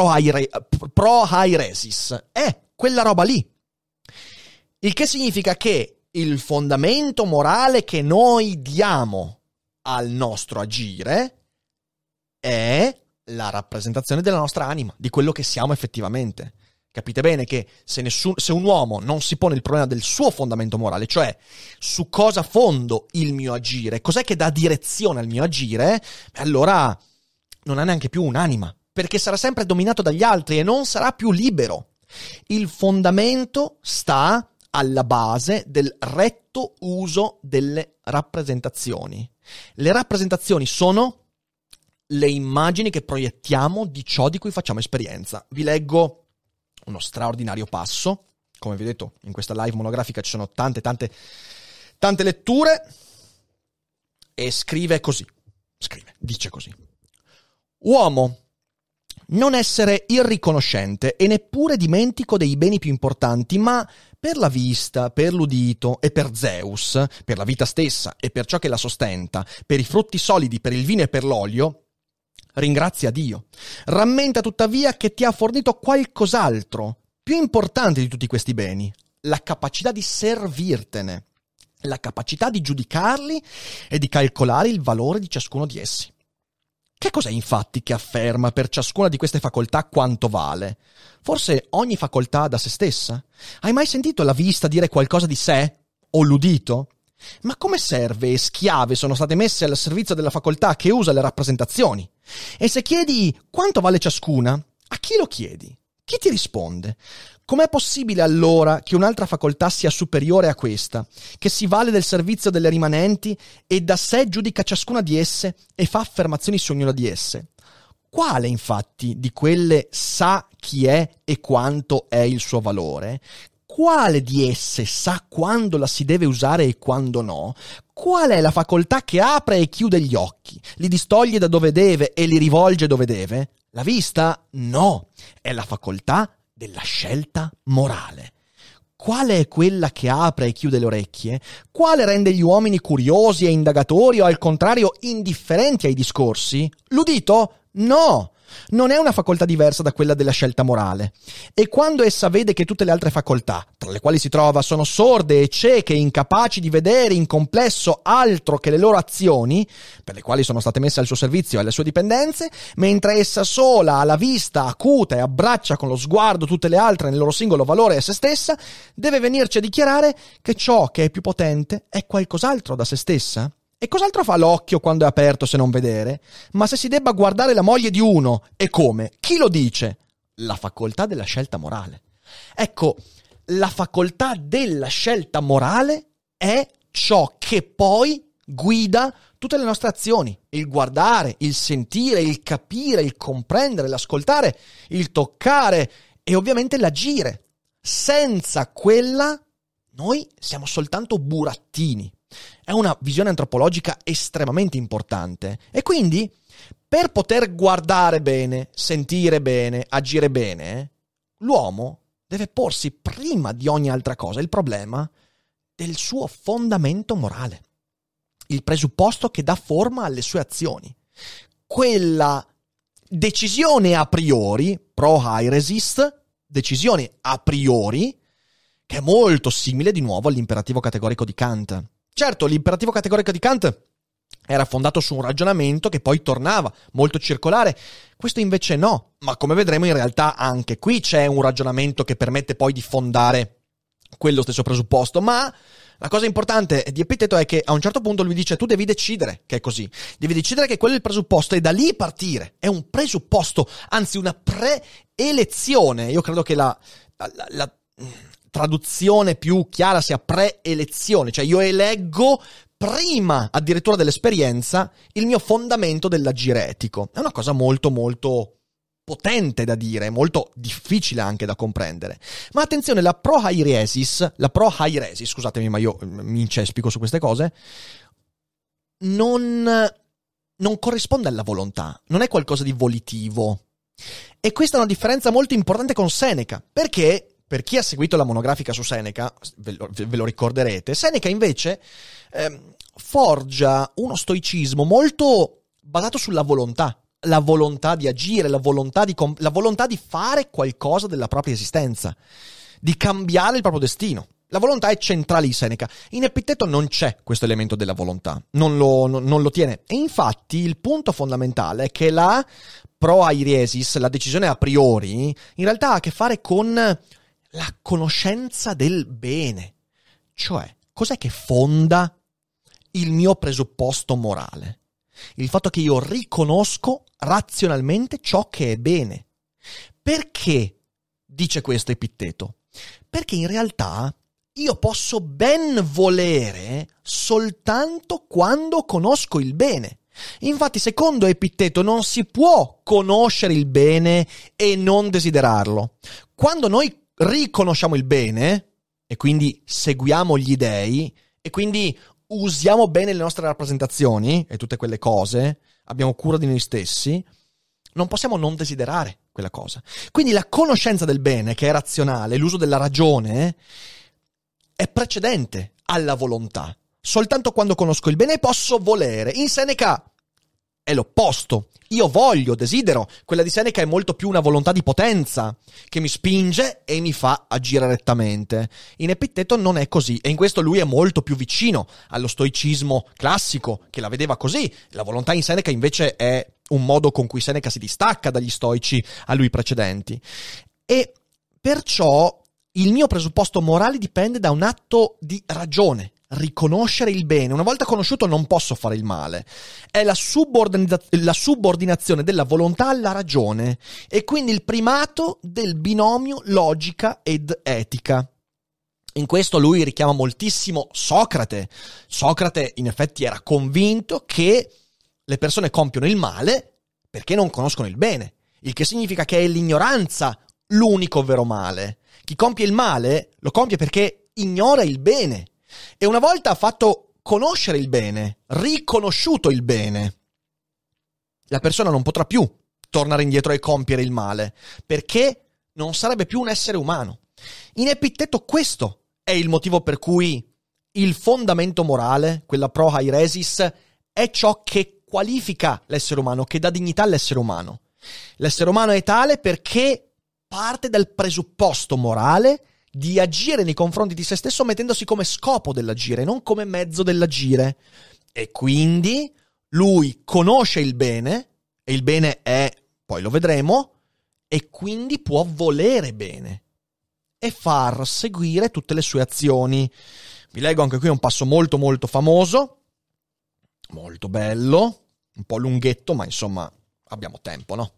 proairesis, è quella roba lì. Il che significa che il fondamento morale che noi diamo al nostro agire è la rappresentazione della nostra anima, di quello che siamo effettivamente. Capite bene che se un uomo non si pone il problema del suo fondamento morale, cioè su cosa fondo il mio agire, cos'è che dà direzione al mio agire, allora non ha neanche più un'anima, perché sarà sempre dominato dagli altri e non sarà più libero. Il fondamento sta alla base del retto uso delle rappresentazioni. Le rappresentazioni sono le immagini che proiettiamo di ciò di cui facciamo esperienza. Vi leggo uno straordinario passo. Come vi ho detto, in questa live monografica ci sono tante letture. E dice così: uomo, non essere irriconoscente e neppure dimentico dei beni più importanti, ma per la vista, per l'udito e per Zeus, per la vita stessa e per ciò che la sostenta, per i frutti solidi, per il vino e per l'olio, ringrazia Dio. Rammenta tuttavia che ti ha fornito qualcos'altro più importante di tutti questi beni: la capacità di servirtene, la capacità di giudicarli e di calcolare il valore di ciascuno di essi. Che cos'è infatti che afferma per ciascuna di queste facoltà quanto vale? Forse ogni facoltà da se stessa? Hai mai sentito la vista dire qualcosa di sé? O l'udito? Ma come serve e schiave sono state messe al servizio della facoltà che usa le rappresentazioni? E se chiedi quanto vale ciascuna, a chi lo chiedi? Chi ti risponde? Com'è possibile allora che un'altra facoltà sia superiore a questa, che si vale del servizio delle rimanenti e da sé giudica ciascuna di esse e fa affermazioni su ognuna di esse? Quale infatti di quelle sa chi è e quanto è il suo valore? Quale di esse sa quando la si deve usare e quando no? Qual è la facoltà che apre e chiude gli occhi, li distoglie da dove deve e li rivolge dove deve? La vista? No, è la facoltà della scelta morale. Quale è quella che apre e chiude le orecchie? Quale rende gli uomini curiosi e indagatori o al contrario indifferenti ai discorsi? L'udito? No, non è una facoltà diversa da quella della scelta morale. E quando essa vede che tutte le altre facoltà, tra le quali si trova, sono sorde e cieche, incapaci di vedere in complesso altro che le loro azioni, per le quali sono state messe al suo servizio e alle sue dipendenze, mentre essa sola ha la vista acuta e abbraccia con lo sguardo tutte le altre nel loro singolo valore a se stessa, deve venirci a dichiarare che ciò che è più potente è qualcos'altro da se stessa? E cos'altro fa l'occhio quando è aperto se non vedere? Ma se si debba guardare la moglie di uno, e come? Chi lo dice? La facoltà della scelta morale. Ecco, la facoltà della scelta morale è ciò che poi guida tutte le nostre azioni. Il guardare, il sentire, il capire, il comprendere, l'ascoltare, il toccare e ovviamente l'agire. Senza quella noi siamo soltanto burattini. È una visione antropologica estremamente importante e quindi per poter guardare bene, sentire bene, agire bene, l'uomo deve porsi prima di ogni altra cosa il problema del suo fondamento morale, il presupposto che dà forma alle sue azioni, quella decisione a priori, pro-hairesis, decisione a priori, che è molto simile di nuovo all'imperativo categorico di Kant. Certo, l'imperativo categorico di Kant era fondato su un ragionamento che poi tornava molto circolare. Questo invece no, ma come vedremo in realtà anche qui c'è un ragionamento che permette poi di fondare quello stesso presupposto. Ma la cosa importante di Epitteto è che a un certo punto lui dice: tu devi decidere che è così, devi decidere che quello è il presupposto e da lì partire. È un presupposto, anzi una preelezione. Io credo che la traduzione più chiara sia preelezione, cioè io eleggo prima addirittura dell'esperienza il mio fondamento dell'agire etico. È una cosa molto molto potente da dire, molto difficile anche da comprendere. Ma attenzione, la pro-hairesis, scusatemi ma io mi incespico su queste cose, non corrisponde alla volontà, non è qualcosa di volitivo. E questa è una differenza molto importante con Seneca, perché per chi ha seguito la monografica su Seneca, ve lo ricorderete, Seneca invece forgia uno stoicismo molto basato sulla volontà, la volontà di agire, la volontà di fare qualcosa della propria esistenza, di cambiare il proprio destino. La volontà è centrale in Seneca. In Epitteto non c'è questo elemento della volontà, non lo tiene. E infatti il punto fondamentale è che la proairesis, la decisione a priori, in realtà ha a che fare con la conoscenza del bene. Cioè, cos'è che fonda il mio presupposto morale? Il fatto che io riconosco razionalmente ciò che è bene. Perché dice questo Epitteto? Perché in realtà io posso ben volere soltanto quando conosco il bene. Infatti, secondo Epitteto, non si può conoscere il bene e non desiderarlo. Quando noi riconosciamo il bene, e quindi seguiamo gli dei, e quindi usiamo bene le nostre rappresentazioni e tutte quelle cose, abbiamo cura di noi stessi, non possiamo non desiderare quella cosa. Quindi la conoscenza del bene, che è razionale, l'uso della ragione, è precedente alla volontà. Soltanto quando conosco il bene posso volere. In Seneca è l'opposto. Io voglio, desidero. Quella di Seneca è molto più una volontà di potenza che mi spinge e mi fa agire rettamente. In Epitteto non è così, e in questo lui è molto più vicino allo stoicismo classico, che la vedeva così. La volontà in Seneca invece è un modo con cui Seneca si distacca dagli stoici a lui precedenti. E perciò il mio presupposto morale dipende da un atto di ragione. Riconoscere il bene. Una volta conosciuto non posso fare il male. È la subordinazione della volontà alla ragione, e quindi il primato del binomio logica ed etica. In questo lui richiama moltissimo Socrate. Socrate in effetti era convinto che le persone compiono il male perché non conoscono il bene, il che significa che è l'ignoranza l'unico vero male. Chi compie il male lo compie perché ignora il bene. E una volta fatto conoscere il bene, riconosciuto il bene, la persona non potrà più tornare indietro e compiere il male, perché non sarebbe più un essere umano. In Epitteto questo è il motivo per cui il fondamento morale, quella proairesis, è ciò che qualifica l'essere umano, che dà dignità all'essere umano. L'essere umano è tale perché parte dal presupposto morale di agire nei confronti di se stesso mettendosi come scopo dell'agire, non come mezzo dell'agire. E quindi lui conosce il bene, e il bene è, poi lo vedremo, e quindi può volere bene e far seguire tutte le sue azioni. Vi leggo anche qui un passo molto molto famoso, molto bello, un po' lunghetto, ma insomma abbiamo tempo, no?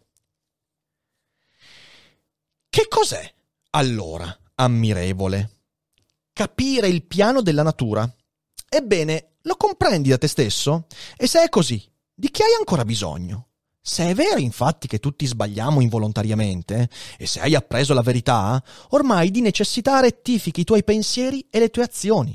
Che cos'è allora ammirevole? Capire il piano della natura. Ebbene, lo comprendi da te stesso? E se è così, di chi hai ancora bisogno? Se è vero infatti che tutti sbagliamo involontariamente, e se hai appreso la verità, ormai di necessità rettifichi i tuoi pensieri e le tue azioni.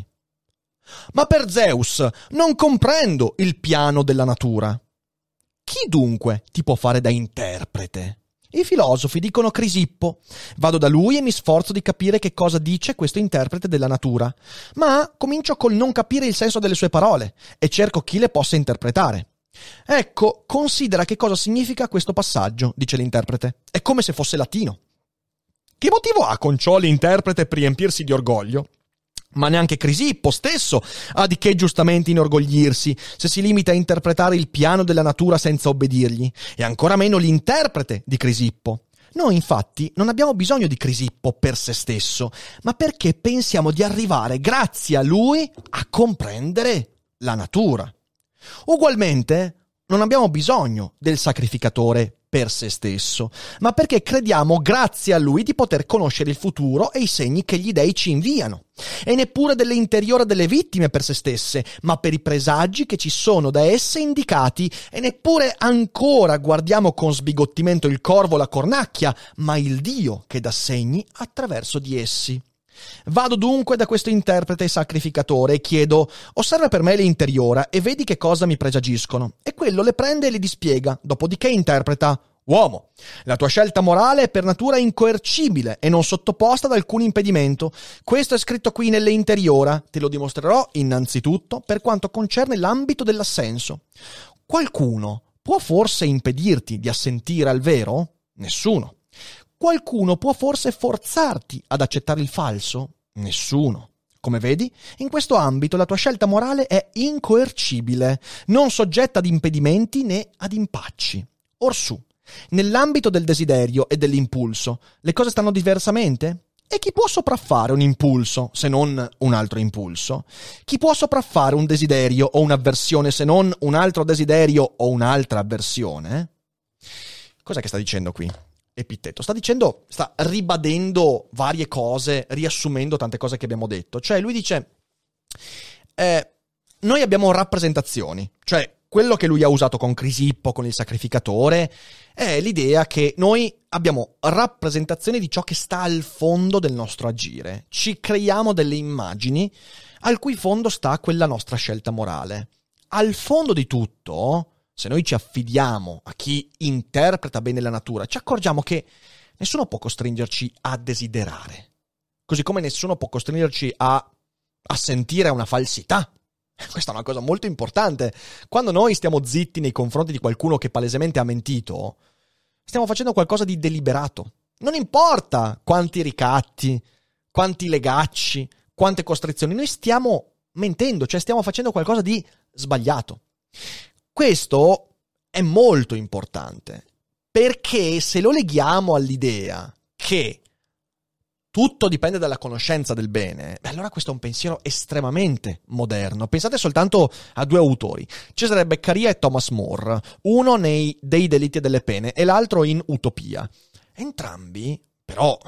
Ma per Zeus non comprendo il piano della natura. Chi dunque ti può fare da interprete? I filosofi dicono Crisippo. Vado da lui e mi sforzo di capire che cosa dice questo interprete della natura. Ma comincio col non capire il senso delle sue parole e cerco chi le possa interpretare. Ecco, considera che cosa significa questo passaggio, dice l'interprete. È come se fosse latino. Che motivo ha con ciò l'interprete per riempirsi di orgoglio? Ma neanche Crisippo stesso ha di che giustamente inorgoglirsi se si limita a interpretare il piano della natura senza obbedirgli, e ancora meno l'interprete di Crisippo. Noi infatti non abbiamo bisogno di Crisippo per se stesso, ma perché pensiamo di arrivare grazie a lui a comprendere la natura. Ugualmente non abbiamo bisogno del sacrificatore per se stesso, ma perché crediamo grazie a lui di poter conoscere il futuro e i segni che gli dei ci inviano, e neppure dell'interiore delle vittime per se stesse, ma per i presagi che ci sono da esse indicati, e neppure ancora guardiamo con sbigottimento il corvo o la cornacchia, ma il Dio che dà segni attraverso di essi. Vado dunque da questo interprete sacrificatore e chiedo: osserva per me l'interiora e vedi che cosa mi presagiscono. E quello le prende e li dispiega, dopodiché interpreta: uomo, la tua scelta morale è per natura incoercibile e non sottoposta ad alcun impedimento. Questo è scritto qui nelle interiora. Te lo dimostrerò innanzitutto per quanto concerne l'ambito dell'assenso. Qualcuno può forse impedirti di assentire al vero? Nessuno. Qualcuno può forse forzarti ad accettare il falso? Nessuno. Come vedi, in questo ambito la tua scelta morale è incoercibile, non soggetta ad impedimenti né ad impacci. Orsù, nell'ambito del desiderio e dell'impulso, le cose stanno diversamente? E chi può sopraffare un impulso se non un altro impulso? Chi può sopraffare un desiderio o un'avversione se non un altro desiderio o un'altra avversione? Cos'è che sta dicendo qui Epitteto? Sta ribadendo varie cose, riassumendo tante cose che abbiamo detto. Cioè lui dice, noi abbiamo rappresentazioni, cioè quello che lui ha usato con Crisippo, con il sacrificatore, è l'idea che noi abbiamo rappresentazioni di ciò che sta al fondo del nostro agire. Ci creiamo delle immagini al cui fondo sta quella nostra scelta morale. Al fondo di tutto, se noi ci affidiamo a chi interpreta bene la natura, ci accorgiamo che nessuno può costringerci a desiderare. Così come nessuno può costringerci a sentire una falsità. Questa è una cosa molto importante. Quando noi stiamo zitti nei confronti di qualcuno che palesemente ha mentito, stiamo facendo qualcosa di deliberato. Non importa quanti ricatti, quanti legacci, quante costrizioni, noi stiamo mentendo, cioè stiamo facendo qualcosa di sbagliato. Questo è molto importante, perché se lo leghiamo all'idea che tutto dipende dalla conoscenza del bene, allora questo è un pensiero estremamente moderno. Pensate soltanto a due autori, Cesare Beccaria e Thomas More, uno nei Dei delitti e delle pene e l'altro in Utopia. Entrambi, però,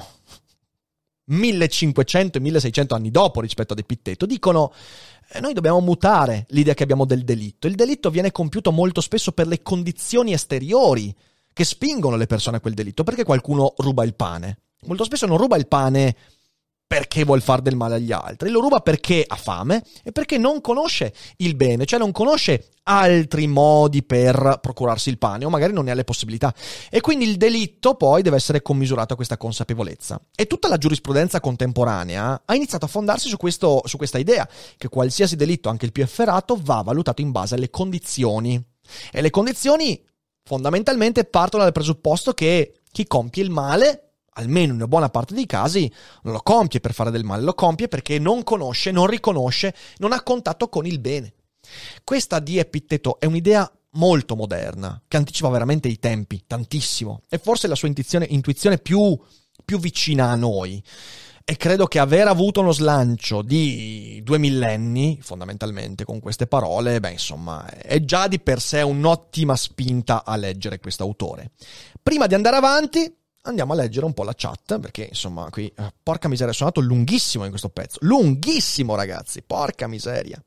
1500 e 1600 anni dopo rispetto ad Epitteto, dicono noi dobbiamo mutare l'idea che abbiamo del delitto. Il delitto viene compiuto molto spesso per le condizioni esteriori che spingono le persone a quel delitto, perché qualcuno ruba il pane. Molto spesso non ruba il pane perché vuol far del male agli altri, lo ruba perché ha fame e perché non conosce il bene, cioè non conosce altri modi per procurarsi il pane o magari non ne ha le possibilità. E quindi il delitto poi deve essere commisurato a questa consapevolezza. E tutta la giurisprudenza contemporanea ha iniziato a fondarsi su questa idea, che qualsiasi delitto, anche il più efferato, va valutato in base alle condizioni. E le condizioni fondamentalmente partono dal presupposto che chi compie il male, almeno in una buona parte dei casi, non lo compie per fare del male, lo compie perché non conosce, non riconosce, non ha contatto con il bene. Questa di Epitteto è un'idea molto moderna, che anticipa veramente i tempi, tantissimo. È forse la sua intuizione più vicina a noi. E credo che aver avuto uno slancio di 2 millenni, fondamentalmente, con queste parole, insomma, è già di per sé un'ottima spinta a leggere questo autore. Prima di andare avanti, andiamo a leggere un po' la chat, perché insomma qui, porca miseria, sono andato lunghissimo in questo pezzo. Lunghissimo, ragazzi, porca miseria.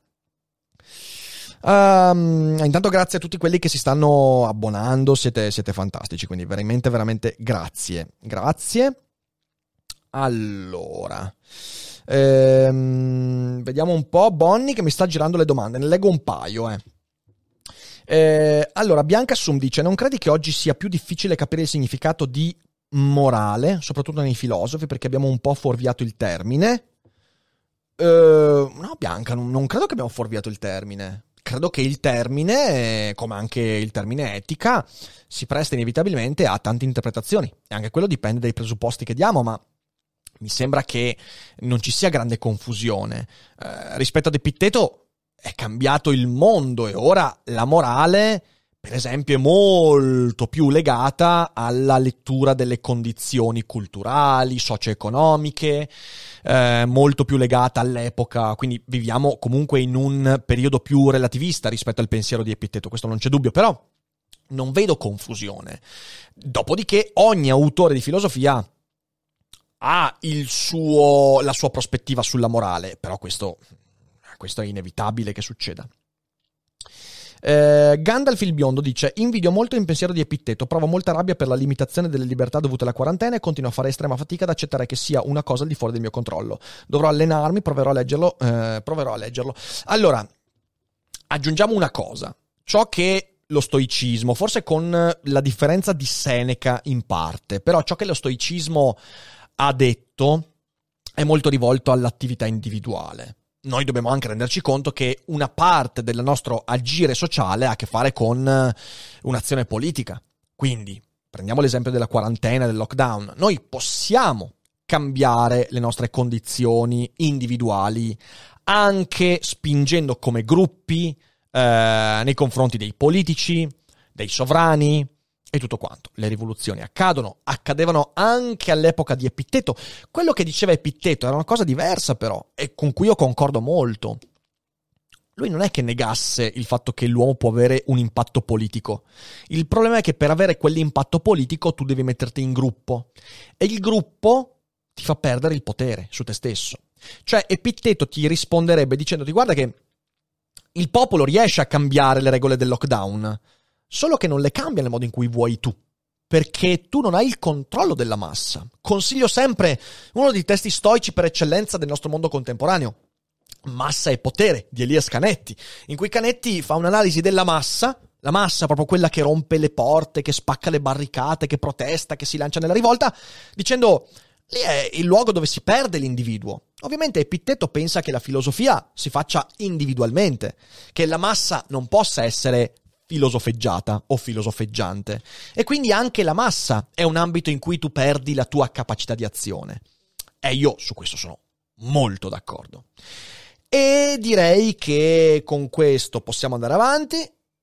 Intanto grazie a tutti quelli che si stanno abbonando, siete fantastici, quindi veramente, veramente grazie. Allora, vediamo un po'. Bonnie che mi sta girando le domande, ne leggo un paio, Allora, Bianca Sum dice: non credi che oggi sia più difficile capire il significato di morale, soprattutto nei filosofi, perché abbiamo un po' fuorviato il termine? No, Bianca, non credo che abbiamo fuorviato il termine. Credo che il termine, come anche il termine etica, si presta inevitabilmente a tante interpretazioni. E anche quello dipende dai presupposti che diamo, ma mi sembra che non ci sia grande confusione. Rispetto ad Epitteto è cambiato il mondo e ora la morale, per esempio, è molto più legata alla lettura delle condizioni culturali, socio-economiche, molto più legata all'epoca, quindi viviamo comunque in un periodo più relativista rispetto al pensiero di Epitteto, questo non c'è dubbio, però non vedo confusione. Dopodiché ogni autore di filosofia ha la sua prospettiva sulla morale, però questo è inevitabile che succeda. Gandalf il biondo dice: invidio molto il pensiero di Epitteto, provo molta rabbia per la limitazione delle libertà dovute alla quarantena e continuo a fare estrema fatica ad accettare che sia una cosa al di fuori del mio controllo. Dovrò allenarmi, proverò a leggerlo. Allora, aggiungiamo una cosa, ciò che lo stoicismo, forse con la differenza di Seneca in parte, però ciò che lo stoicismo ha detto è molto rivolto all'attività individuale. Noi dobbiamo anche renderci conto che una parte del nostro agire sociale ha a che fare con un'azione politica. Quindi, prendiamo l'esempio della quarantena, del lockdown. Noi possiamo cambiare le nostre condizioni individuali, anche spingendo come gruppi nei confronti dei politici, dei sovrani e tutto quanto. Le rivoluzioni accadevano anche all'epoca di Epitteto. Quello che diceva Epitteto era una cosa diversa però, e con cui io concordo molto. Lui non è che negasse il fatto che l'uomo può avere un impatto politico. Il problema è che per avere quell'impatto politico tu devi metterti in gruppo, e il gruppo ti fa perdere il potere su te stesso. Cioè Epitteto ti risponderebbe dicendoti: guarda che il popolo riesce a cambiare le regole del lockdown, solo che non le cambia nel modo in cui vuoi tu, perché tu non hai il controllo della massa. Consiglio sempre uno dei testi stoici per eccellenza del nostro mondo contemporaneo, Massa e potere, di Elias Canetti, in cui Canetti fa un'analisi della massa, la massa proprio quella che rompe le porte, che spacca le barricate, che protesta, che si lancia nella rivolta, dicendo: lì è il luogo dove si perde l'individuo. Ovviamente Epitteto pensa che la filosofia si faccia individualmente, che la massa non possa essere filosofeggiata o filosofeggiante, e quindi anche la massa è un ambito in cui tu perdi la tua capacità di azione. E io su questo sono molto d'accordo. E direi che con questo possiamo andare avanti,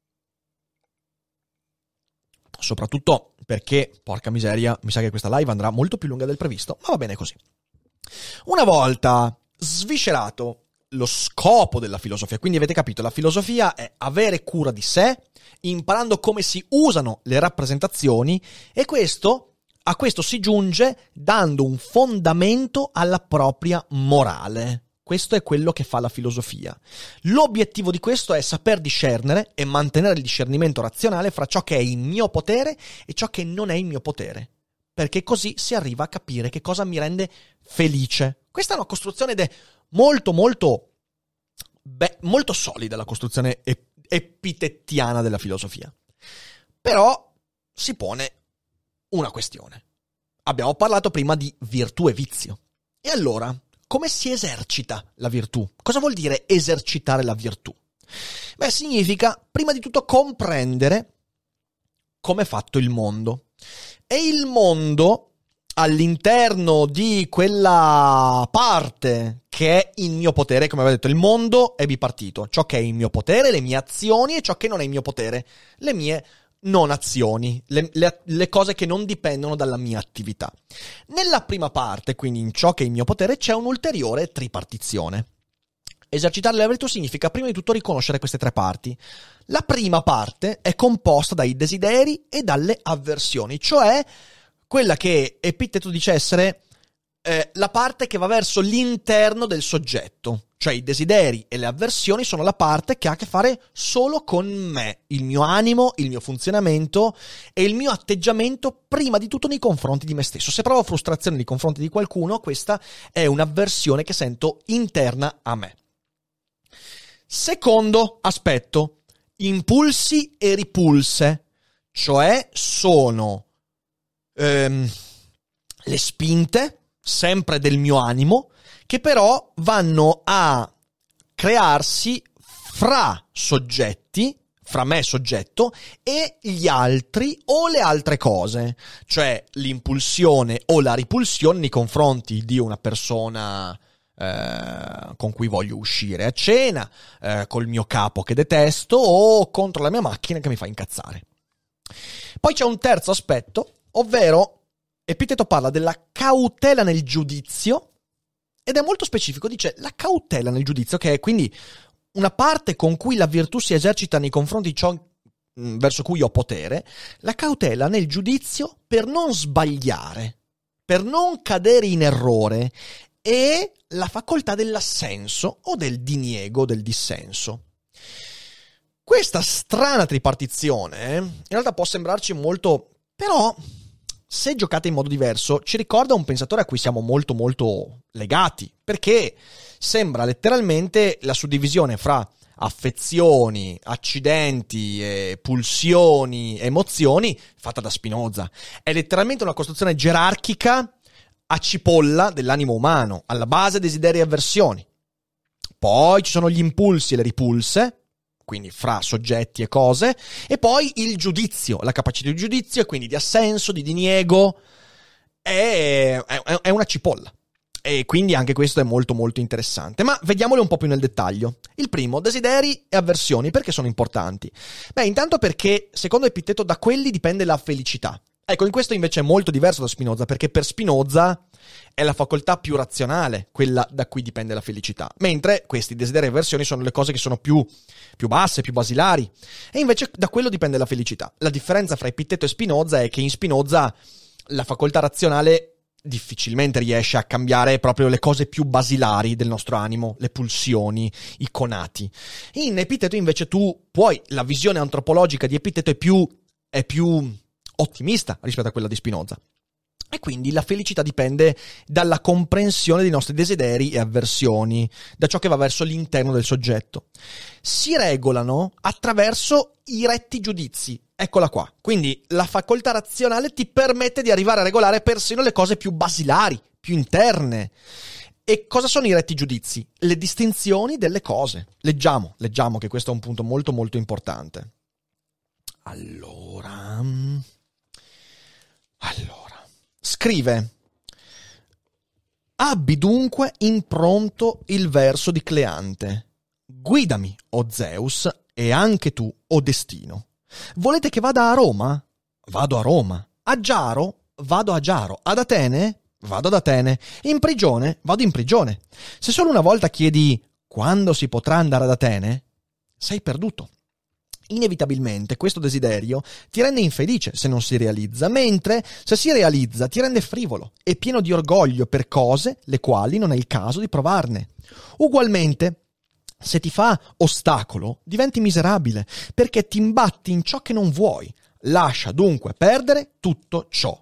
soprattutto perché, porca miseria, mi sa che questa live andrà molto più lunga del previsto, ma va bene così. Una volta sviscerato lo scopo della filosofia, quindi avete capito, la filosofia è avere cura di sé, imparando come si usano le rappresentazioni, e a questo si giunge dando un fondamento alla propria morale. Questo è quello che fa la filosofia. L'obiettivo di questo è saper discernere e mantenere il discernimento razionale fra ciò che è in mio potere e ciò che non è in mio potere, perché così si arriva a capire che cosa mi rende felice. Questa è una costruzione molto solida, la costruzione epitettiana della filosofia. Però si pone una questione. Abbiamo parlato prima di virtù e vizio. E allora, come si esercita la virtù? Cosa vuol dire esercitare la virtù? Beh, significa prima di tutto comprendere come è fatto il mondo. E il mondo, all'interno di quella parte che è in mio potere, come avevo detto, il mondo è bipartito. Ciò che è in mio potere, le mie azioni, e ciò che non è in mio potere, le mie non azioni, le cose che non dipendono dalla mia attività. Nella prima parte, quindi in ciò che è in mio potere, c'è un'ulteriore tripartizione. Esercitare la virtù significa prima di tutto riconoscere queste tre parti. La prima parte è composta dai desideri e dalle avversioni, cioè quella che Epitteto dice essere la parte che va verso l'interno del soggetto. Cioè i desideri e le avversioni sono la parte che ha a che fare solo con me, il mio animo, il mio funzionamento e il mio atteggiamento prima di tutto nei confronti di me stesso. Se provo frustrazione nei confronti di qualcuno, questa è un'avversione che sento interna a me. Secondo aspetto, impulsi e ripulse, cioè sono le spinte, sempre del mio animo, che però vanno a crearsi fra soggetti, fra me soggetto, e gli altri o le altre cose. Cioè l'impulsione o la ripulsione nei confronti di una persona con cui voglio uscire a cena, col mio capo che detesto, o contro la mia macchina che mi fa incazzare. Poi c'è un terzo aspetto, ovvero Epitteto parla della cautela nel giudizio, ed è molto specifico, dice la cautela nel giudizio, che è quindi una parte con cui la virtù si esercita nei confronti di ciò verso cui ho potere, la cautela nel giudizio per non sbagliare, per non cadere in errore, e la facoltà dell'assenso o del diniego, del dissenso. Questa strana tripartizione in realtà può sembrarci molto, però se giocate in modo diverso, ci ricorda un pensatore a cui siamo molto legati, perché sembra letteralmente la suddivisione fra affezioni, accidenti, pulsioni, emozioni, fatta da Spinoza. È letteralmente una costruzione gerarchica a cipolla dell'animo umano, alla base desideri e avversioni. Poi ci sono gli impulsi e le ripulse, quindi fra soggetti e cose, e poi il giudizio, la capacità di giudizio, e quindi di assenso, di diniego. è una cipolla. E quindi anche questo è molto molto interessante. Ma vediamole un po' più nel dettaglio. Il primo, desideri e avversioni. Perché sono importanti? Beh, intanto perché, secondo Epitteto, da quelli dipende la felicità. Ecco, in questo invece è molto diverso da Spinoza, perché per Spinoza è la facoltà più razionale quella da cui dipende la felicità, mentre questi desideri e avversioni sono le cose che sono più basse, più basilari, e invece da quello dipende la felicità. La differenza fra Epitteto e Spinoza è che in Spinoza la facoltà razionale difficilmente riesce a cambiare proprio le cose più basilari del nostro animo, le pulsioni, i conati. In Epitteto invece la visione antropologica di Epitteto è più ottimista rispetto a quella di Spinoza. E quindi la felicità dipende dalla comprensione dei nostri desideri e avversioni, da ciò che va verso l'interno del soggetto. Si regolano attraverso i retti giudizi. Eccola qua. Quindi la facoltà razionale ti permette di arrivare a regolare persino le cose più basilari, più interne. E cosa sono i retti giudizi? Le distinzioni delle cose. Leggiamo che questo è un punto molto molto importante. Allora, scrive: abbi dunque in pronto il verso di Cleante. Guidami, o Zeus, e anche tu, o destino. Volete che vada a Roma? Vado a Roma. A Giaro? Vado a Giaro. Ad Atene? Vado ad Atene. In prigione? Vado in prigione. Se solo una volta chiedi quando si potrà andare ad Atene, sei perduto. Inevitabilmente questo desiderio ti rende infelice se non si realizza, mentre se si realizza ti rende frivolo e pieno di orgoglio per cose le quali non è il caso di provarne. Ugualmente, se ti fa ostacolo, diventi miserabile, perché ti imbatti in ciò che non vuoi. Lascia dunque perdere tutto ciò.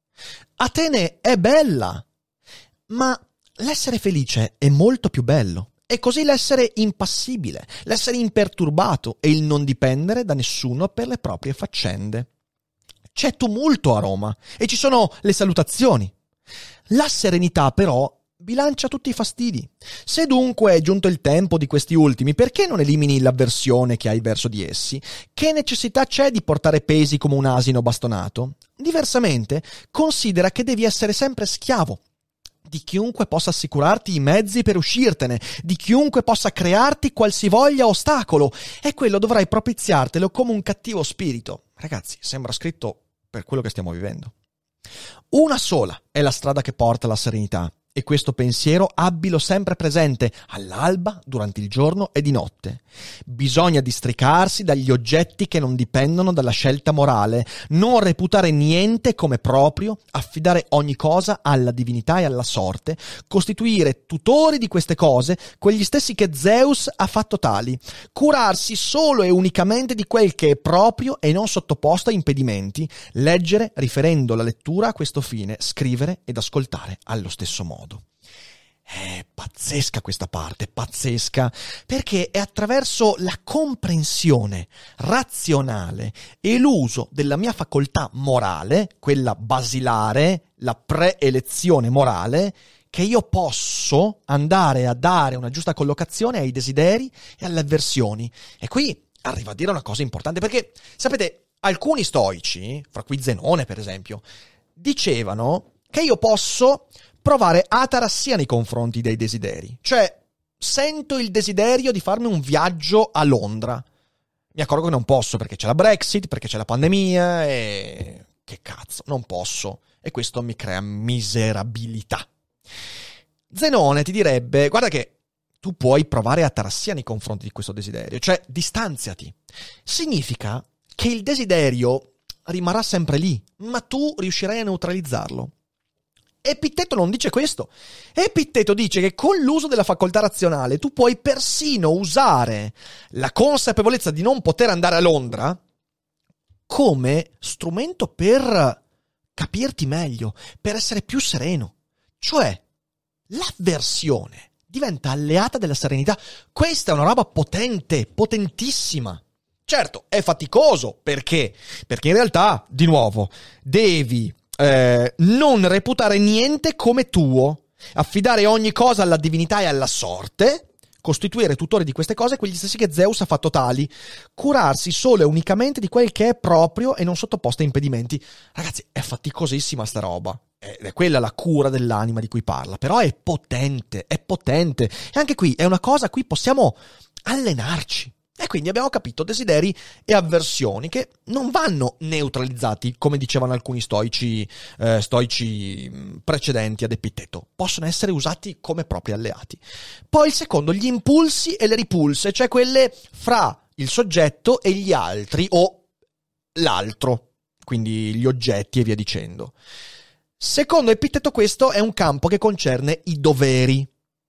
Atene è bella, ma l'essere felice è molto più bello. E così l'essere impassibile, l'essere imperturbato e il non dipendere da nessuno per le proprie faccende. C'è tumulto a Roma e ci sono le salutazioni. La serenità, però, bilancia tutti i fastidi. Se dunque è giunto il tempo di questi ultimi, perché non elimini l'avversione che hai verso di essi? Che necessità c'è di portare pesi come un asino bastonato? Diversamente, considera che devi essere sempre schiavo di chiunque possa assicurarti i mezzi per uscirtene, di chiunque possa crearti qualsivoglia ostacolo, e quello dovrai propiziartelo come un cattivo spirito. Ragazzi, sembra scritto per quello che stiamo vivendo. Una sola è la strada che porta alla serenità, e questo pensiero abbilo sempre presente, all'alba, durante il giorno e di notte. Bisogna districarsi dagli oggetti che non dipendono dalla scelta morale, non reputare niente come proprio, affidare ogni cosa alla divinità e alla sorte, costituire tutori di queste cose quegli stessi che Zeus ha fatto tali, curarsi solo e unicamente di quel che è proprio e non sottoposto a impedimenti, leggere riferendo la lettura a questo fine, scrivere ed ascoltare allo stesso modo. È pazzesca questa parte, pazzesca, perché è attraverso la comprensione razionale e l'uso della mia facoltà morale, quella basilare, la preelezione morale, che io posso andare a dare una giusta collocazione ai desideri e alle avversioni. E qui arrivo a dire una cosa importante, perché, sapete, alcuni stoici, fra cui Zenone per esempio, dicevano che io posso provare atarassia nei confronti dei desideri. Cioè, sento il desiderio di farmi un viaggio a Londra. Mi accorgo che non posso perché c'è la Brexit, perché c'è la pandemia e... che cazzo, non posso. E questo mi crea miserabilità. Zenone ti direbbe, guarda che tu puoi provare atarassia nei confronti di questo desiderio. Cioè, distanziati. Significa che il desiderio rimarrà sempre lì, ma tu riuscirai a neutralizzarlo. Epitteto non dice questo. Epitteto dice che con l'uso della facoltà razionale tu puoi persino usare la consapevolezza di non poter andare a Londra come strumento per capirti meglio, per essere più sereno. Cioè, l'avversione diventa alleata della serenità. Questa è una roba potente, potentissima. Certo, è faticoso. Perché? Perché in realtà, di nuovo, devi non reputare niente come tuo, affidare ogni cosa alla divinità e alla sorte, costituire tutori di queste cose quegli stessi che Zeus ha fatto tali, curarsi solo e unicamente di quel che è proprio e non sottoposto a impedimenti. Ragazzi, è faticosissima sta roba. Ed è quella la cura dell'anima di cui parla, però è potente, è potente. E anche qui è una cosa a cui possiamo allenarci. E quindi abbiamo capito desideri e avversioni che non vanno neutralizzati, come dicevano alcuni stoici precedenti ad Epitteto. Possono essere usati come propri alleati. Poi il secondo, gli impulsi e le ripulse, cioè quelle fra il soggetto e gli altri o l'altro, quindi gli oggetti e via dicendo. Secondo Epitteto questo è un campo che concerne i doveri.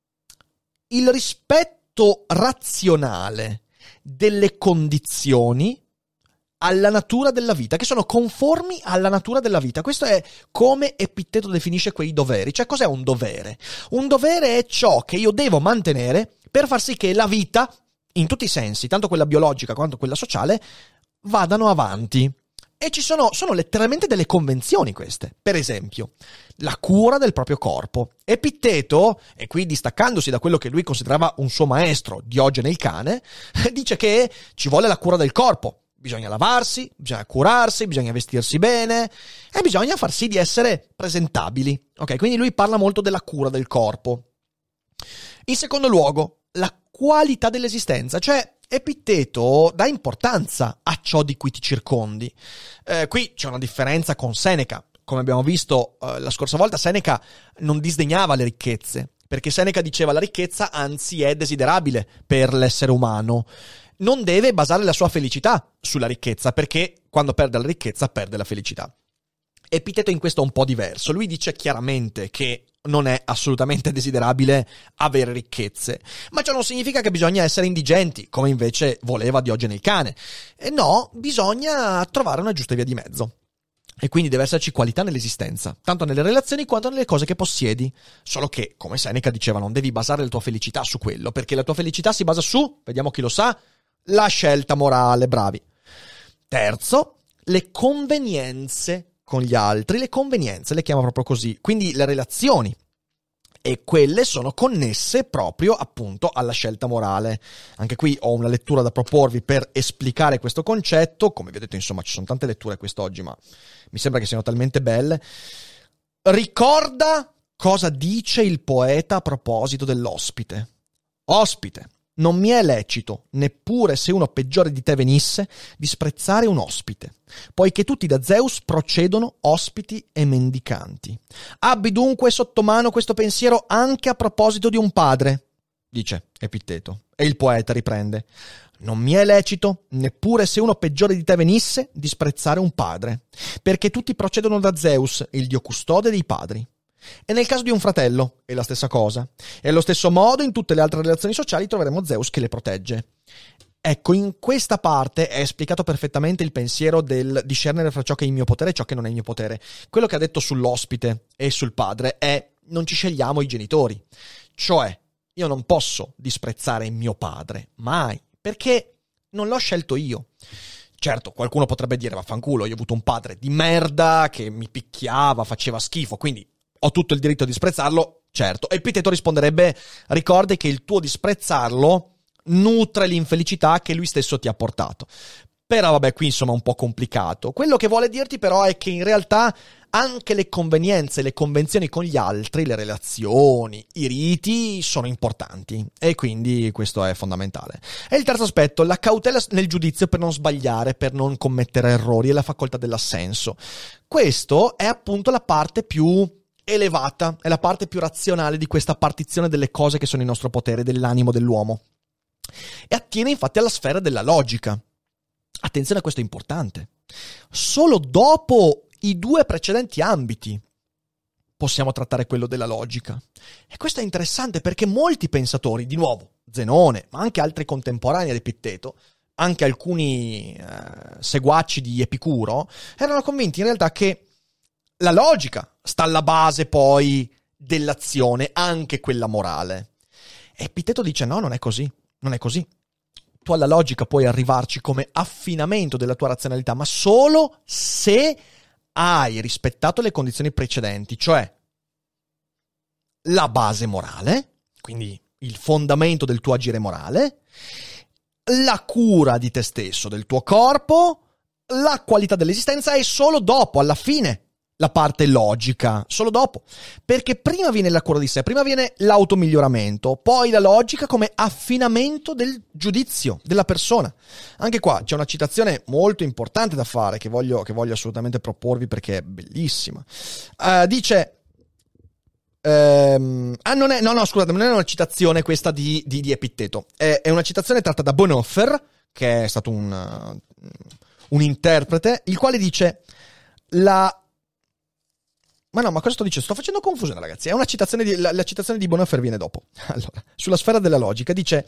Il rispetto razionale delle condizioni alla natura della vita, che sono conformi alla natura della vita. Questo è come Epitteto definisce quei doveri. Cioè, cos'è un dovere? Un dovere è ciò che io devo mantenere per far sì che la vita, in tutti i sensi, tanto quella biologica quanto quella sociale, vadano avanti. E sono letteralmente delle convenzioni queste. Per esempio, la cura del proprio corpo. Epitteto, e qui distaccandosi da quello che lui considerava un suo maestro, Diogene il cane, dice che ci vuole la cura del corpo. Bisogna lavarsi, bisogna curarsi, bisogna vestirsi bene e bisogna far sì di essere presentabili. Ok, quindi lui parla molto della cura del corpo. In secondo luogo, la qualità dell'esistenza, cioè Epitteto dà importanza a ciò di cui ti circondi. Qui c'è una differenza con Seneca. Come abbiamo visto la scorsa volta, Seneca non disdegnava le ricchezze, perché Seneca diceva la ricchezza anzi è desiderabile per l'essere umano. Non deve basare la sua felicità sulla ricchezza, perché quando perde la ricchezza perde la felicità. Epitteto in questo è un po' diverso. Lui dice chiaramente che non è assolutamente desiderabile avere ricchezze, ma ciò non significa che bisogna essere indigenti, come invece voleva Diogene il cane. E no, bisogna trovare una giusta via di mezzo. E quindi deve esserci qualità nell'esistenza, tanto nelle relazioni quanto nelle cose che possiedi. Solo che, come Seneca diceva, non devi basare la tua felicità su quello, perché la tua felicità si basa su, vediamo chi lo sa, la scelta morale, bravi. Terzo, le convenienze con gli altri, le convenienze, le chiama proprio così, quindi le relazioni, e quelle sono connesse proprio appunto alla scelta morale. Anche qui ho una lettura da proporvi per esplicare questo concetto. Come vi ho detto, insomma, ci sono tante letture quest'oggi, ma mi sembra che siano talmente belle. Ricorda cosa dice il poeta a proposito dell'ospite. Ospite, non mi è lecito, neppure se uno peggiore di te venisse, disprezzare un ospite, poiché tutti da Zeus procedono ospiti e mendicanti. Abbi dunque sotto mano questo pensiero anche a proposito di un padre, dice Epitteto. E il poeta riprende: non mi è lecito, neppure se uno peggiore di te venisse, disprezzare un padre, perché tutti procedono da Zeus, il dio custode dei padri. E nel caso di un fratello è la stessa cosa. E allo stesso modo in tutte le altre relazioni sociali troveremo Zeus che le protegge. Ecco, in questa parte è esplicato perfettamente il pensiero del discernere fra ciò che è in mio potere e ciò che non è in mio potere. Quello che ha detto sull'ospite e sul padre è: non ci scegliamo i genitori. Cioè, io non posso disprezzare mio padre, mai, perché non l'ho scelto io. Certo, qualcuno potrebbe dire: vaffanculo, io ho avuto un padre di merda che mi picchiava, faceva schifo, quindi ho tutto il diritto di disprezzarlo. Certo. E Epitteto risponderebbe: ricordi che il tuo disprezzarlo nutre l'infelicità che lui stesso ti ha portato. Però vabbè, qui insomma è un po' complicato. Quello che vuole dirti però è che in realtà anche le convenienze, le convenzioni con gli altri, le relazioni, i riti sono importanti, e quindi questo è fondamentale. E il terzo aspetto, la cautela nel giudizio per non sbagliare, per non commettere errori, e la facoltà dell'assenso. Questo è appunto la parte più elevata, è la parte più razionale di questa partizione delle cose che sono in nostro potere, dell'animo dell'uomo, e attiene infatti alla sfera della logica. Attenzione, a questo è importante. Solo dopo i due precedenti ambiti possiamo trattare quello della logica. E questo è interessante perché molti pensatori, di nuovo Zenone, ma anche altri contemporanei ad Epitteto, anche alcuni seguaci di Epicuro, erano convinti in realtà che la logica sta alla base poi dell'azione, anche quella morale. E Epitteto dice: no, non è così, non è così. Tu alla logica puoi arrivarci come affinamento della tua razionalità, ma solo se hai rispettato le condizioni precedenti, cioè la base morale, quindi il fondamento del tuo agire morale, la cura di te stesso, del tuo corpo, la qualità dell'esistenza e solo dopo, alla fine, la parte logica, solo dopo. Perché prima viene la cura di sé, prima viene l'automiglioramento, poi la logica come affinamento del giudizio della persona. Anche qua c'è una citazione molto importante da fare che voglio assolutamente proporvi perché è bellissima. Dice... non è una citazione questa di Epitteto, è una citazione tratta da Bonhoeffer, che è stato un interprete, il quale dice ma cosa sto facendo confusione, ragazzi. È una citazione la citazione di Bonhoeffer viene dopo. Allora, sulla sfera della logica dice: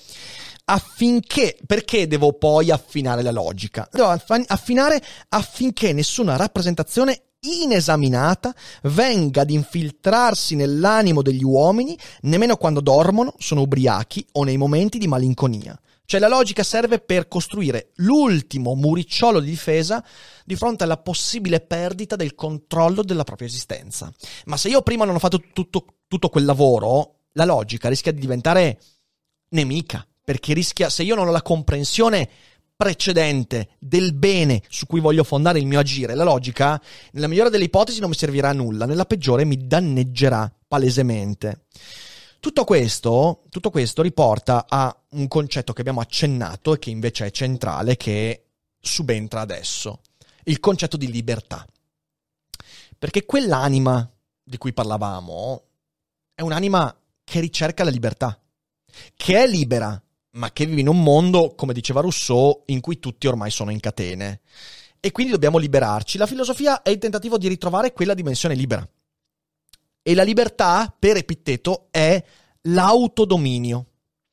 perché devo poi affinare la logica? Devo affinare affinché nessuna rappresentazione inesaminata venga ad infiltrarsi nell'animo degli uomini, nemmeno quando dormono, sono ubriachi o nei momenti di malinconia. Cioè la logica serve per costruire l'ultimo muricciolo di difesa di fronte alla possibile perdita del controllo della propria esistenza. Ma se io prima non ho fatto tutto quel lavoro, la logica rischia di diventare nemica, perché rischia, se io non ho la comprensione precedente del bene su cui voglio fondare il mio agire, la logica, nella migliore delle ipotesi, non mi servirà a nulla, nella peggiore mi danneggerà palesemente. Tutto questo riporta a un concetto che abbiamo accennato e che invece è centrale, che subentra adesso, il concetto di libertà. Perché quell'anima di cui parlavamo è un'anima che ricerca la libertà, che è libera, ma che vive in un mondo, come diceva Rousseau, in cui tutti ormai sono in catene. E quindi dobbiamo liberarci. La filosofia è il tentativo di ritrovare quella dimensione libera. E la libertà, per Epitteto, è l'autodominio.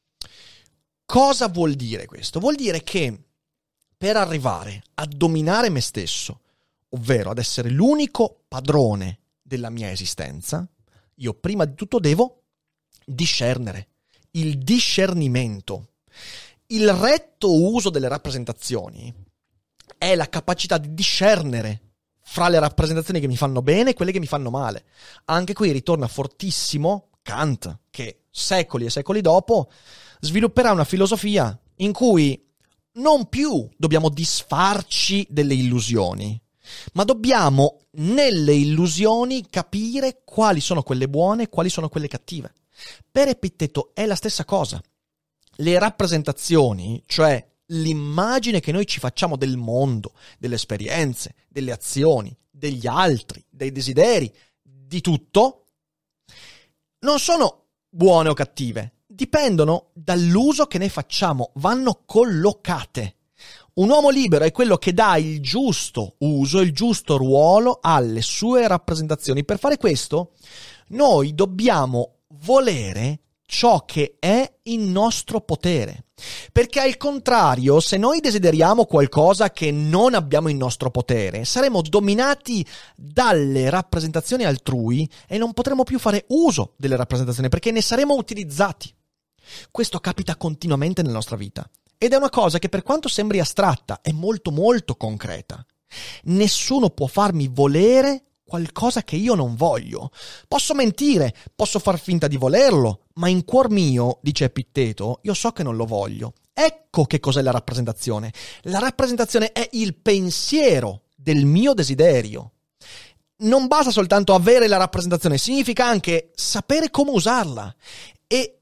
Cosa vuol dire questo? Vuol dire che per arrivare a dominare me stesso, ovvero ad essere l'unico padrone della mia esistenza, io prima di tutto devo discernere. Il discernimento. Il retto uso delle rappresentazioni è la capacità di discernere fra le rappresentazioni che mi fanno bene e quelle che mi fanno male. Anche qui ritorna fortissimo Kant, che secoli e secoli dopo svilupperà una filosofia in cui non più dobbiamo disfarci delle illusioni, ma dobbiamo nelle illusioni capire quali sono quelle buone e quali sono quelle cattive. Per Epitteto è la stessa cosa. Le rappresentazioni, cioè l'immagine che noi ci facciamo del mondo, delle esperienze, delle azioni, degli altri, dei desideri, di tutto, non sono buone o cattive, dipendono dall'uso che ne facciamo, vanno collocate. Un uomo libero è quello che dà il giusto uso, il giusto ruolo alle sue rappresentazioni. Per fare questo, noi dobbiamo volere ciò che è in nostro potere. Perché al contrario, se noi desideriamo qualcosa che non abbiamo in nostro potere, saremo dominati dalle rappresentazioni altrui e non potremo più fare uso delle rappresentazioni perché ne saremo utilizzati. Questo capita continuamente nella nostra vita ed è una cosa che, per quanto sembri astratta, è molto molto concreta. Nessuno può farmi volere qualcosa che io non voglio. Posso mentire, posso far finta di volerlo, ma in cuor mio, dice Epitteto, io so che non lo voglio. Ecco che cos'è la rappresentazione. La rappresentazione è il pensiero del mio desiderio. Non basta soltanto avere la rappresentazione, significa anche sapere come usarla. E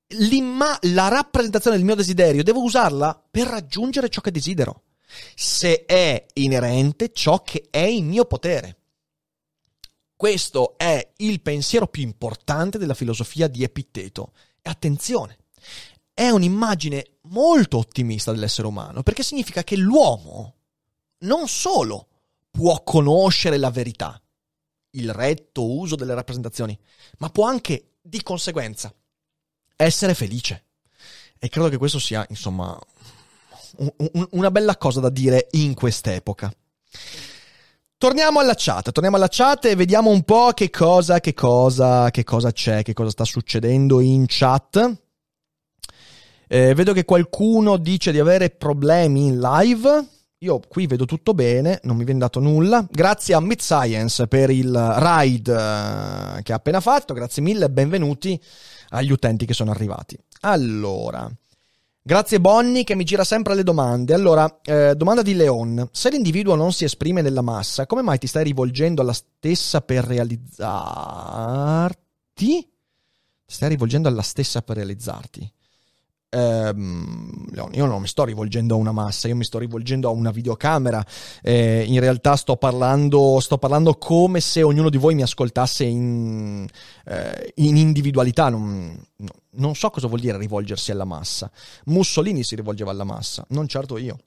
la rappresentazione del mio desiderio devo usarla per raggiungere ciò che desidero, se è inerente ciò che è in mio potere. Questo è il pensiero più importante della filosofia di Epitteto. E attenzione, è un'immagine molto ottimista dell'essere umano, perché significa che l'uomo non solo può conoscere la verità, il retto uso delle rappresentazioni, ma può anche, di conseguenza, essere felice. E credo che questo sia, insomma, una bella cosa da dire in quest'epoca. Torniamo alla chat e vediamo un po' che cosa c'è, che cosa sta succedendo in chat. Vedo che qualcuno dice di avere problemi in live. Io qui vedo tutto bene, non mi viene dato nulla. Grazie a Mid Science per il ride che ha appena fatto. Grazie mille e benvenuti agli utenti che sono arrivati. Allora, grazie Bonnie che mi gira sempre le domande. Allora, domanda di Leon. Se l'individuo non si esprime nella massa, come mai ti stai rivolgendo alla stessa per realizzarti? Ti stai rivolgendo alla stessa per realizzarti? Leon, io non mi sto rivolgendo a una massa, io mi sto rivolgendo a una videocamera. In realtà sto parlando come se ognuno di voi mi ascoltasse in individualità. Non so cosa vuol dire rivolgersi alla massa. Mussolini si rivolgeva alla massa, non certo io.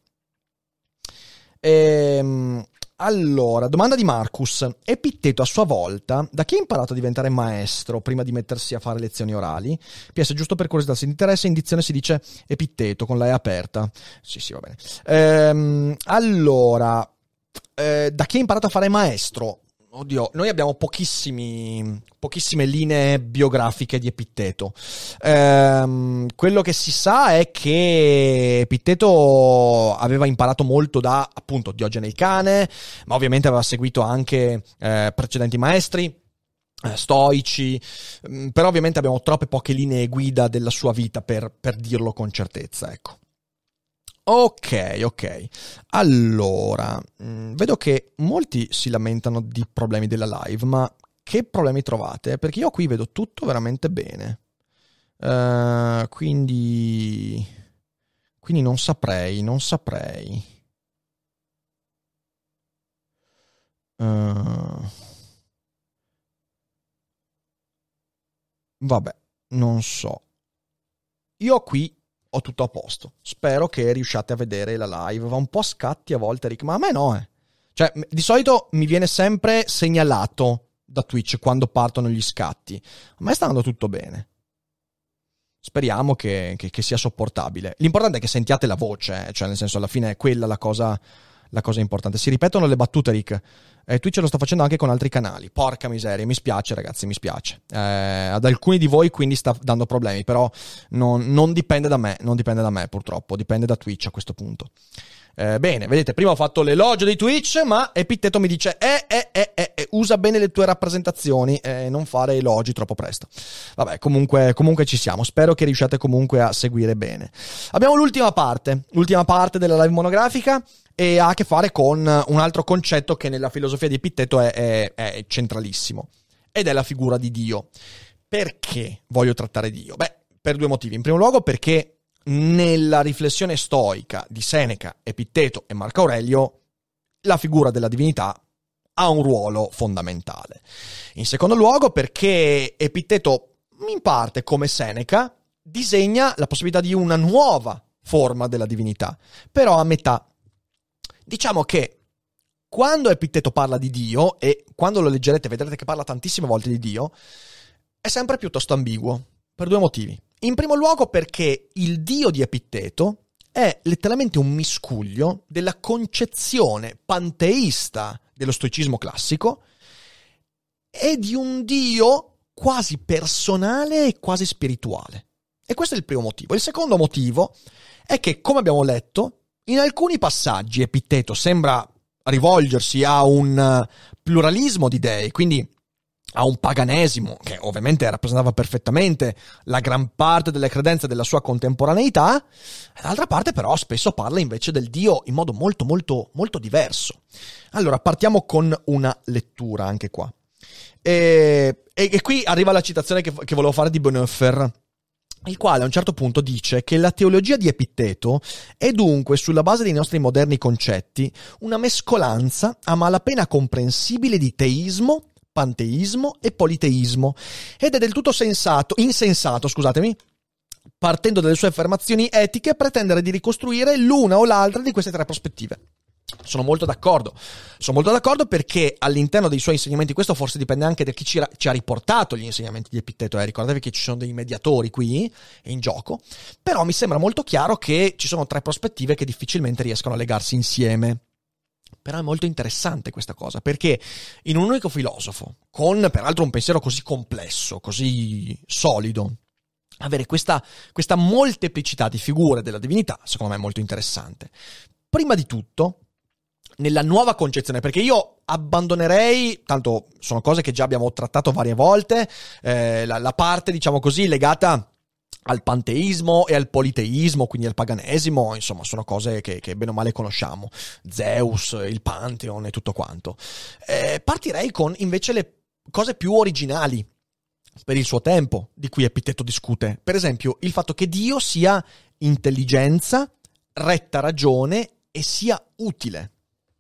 Allora, domanda di Marcus. Epitteto a sua volta, da chi ha imparato a diventare maestro prima di mettersi a fare lezioni orali? PS, giusto per curiosità, se ti interessa, in dizione si dice Epitteto, con la E aperta. Sì, va bene. Allora, da chi ha imparato a fare maestro? Oddio, noi abbiamo pochissime linee biografiche di Epitteto. Quello che si sa è che Epitteto aveva imparato molto da, appunto, Diogene il Cane, ma ovviamente aveva seguito anche precedenti maestri stoici, però ovviamente abbiamo troppe poche linee guida della sua vita per dirlo con certezza, ecco. Ok. Allora, vedo che molti si lamentano di problemi della live, ma che problemi trovate? Perché io qui vedo tutto veramente bene. Quindi non saprei. Vabbè, non so. Io qui ho tutto a posto. Spero che riusciate a vedere la live. Va un po' a scatti a volte, Rick, ma a me no, Cioè, di solito mi viene sempre segnalato da Twitch quando partono gli scatti. A me sta andando tutto bene. Speriamo che sia sopportabile. L'importante è che sentiate la voce, cioè nel senso, alla fine è quella la cosa importante. Si ripetono le battute, Rick. Twitch lo sta facendo anche con altri canali. Porca miseria, mi spiace ragazzi, mi spiace. Ad alcuni di voi quindi sta dando problemi, però non dipende da me, purtroppo, dipende da Twitch a questo punto. Bene, vedete, prima ho fatto l'elogio di Twitch, ma Epitteto mi dice usa bene le tue rappresentazioni, non fare elogi troppo presto. Vabbè, comunque ci siamo. Spero che riusciate comunque a seguire bene. Abbiamo l'ultima parte della live monografica, e ha a che fare con un altro concetto che nella filosofia di Epitteto è centralissimo, ed è la figura di Dio. Perché voglio trattare Dio? Beh, per due motivi. In primo luogo perché nella riflessione stoica di Seneca, Epitteto e Marco Aurelio la figura della divinità ha un ruolo fondamentale. In secondo luogo perché Epitteto, in parte come Seneca, disegna la possibilità di una nuova forma della divinità, però a metà. Diciamo che quando Epitteto parla di Dio, e quando lo leggerete vedrete che parla tantissime volte di Dio, è sempre piuttosto ambiguo, per due motivi. In primo luogo perché il Dio di Epitteto è letteralmente un miscuglio della concezione panteista dello stoicismo classico e di un Dio quasi personale e quasi spirituale. E questo è il primo motivo. Il secondo motivo è che, come abbiamo letto, in alcuni passaggi Epitteto sembra rivolgersi a un pluralismo di dei, quindi a un paganesimo che ovviamente rappresentava perfettamente la gran parte delle credenze della sua contemporaneità, e dall'altra parte però spesso parla invece del Dio in modo molto molto molto diverso. Allora partiamo con una lettura anche qua. E qui arriva la citazione che volevo fare di Bonhoeffer, il quale a un certo punto dice che la teologia di Epitteto è dunque, sulla base dei nostri moderni concetti, una mescolanza a malapena comprensibile di teismo, panteismo e politeismo, ed è del tutto insensato, partendo dalle sue affermazioni etiche, pretendere di ricostruire l'una o l'altra di queste tre prospettive. Sono molto d'accordo perché all'interno dei suoi insegnamenti, questo forse dipende anche da chi ci ha riportato gli insegnamenti di Epitteto, ricordatevi che ci sono dei mediatori qui in gioco, però mi sembra molto chiaro che ci sono tre prospettive che difficilmente riescono a legarsi insieme. Però è molto interessante questa cosa, perché in un unico filosofo, con peraltro un pensiero così complesso, così solido, avere questa molteplicità di figure della divinità, secondo me è molto interessante. Prima di tutto, nella nuova concezione, perché io abbandonerei, tanto sono cose che già abbiamo trattato varie volte, la parte, diciamo così, legata al panteismo e al politeismo, quindi al paganesimo, insomma sono cose che bene o male conosciamo, Zeus, il Pantheon e tutto quanto. Partirei con invece le cose più originali per il suo tempo, di cui Epitteto discute. Per esempio, il fatto che Dio sia intelligenza, retta ragione e sia utile.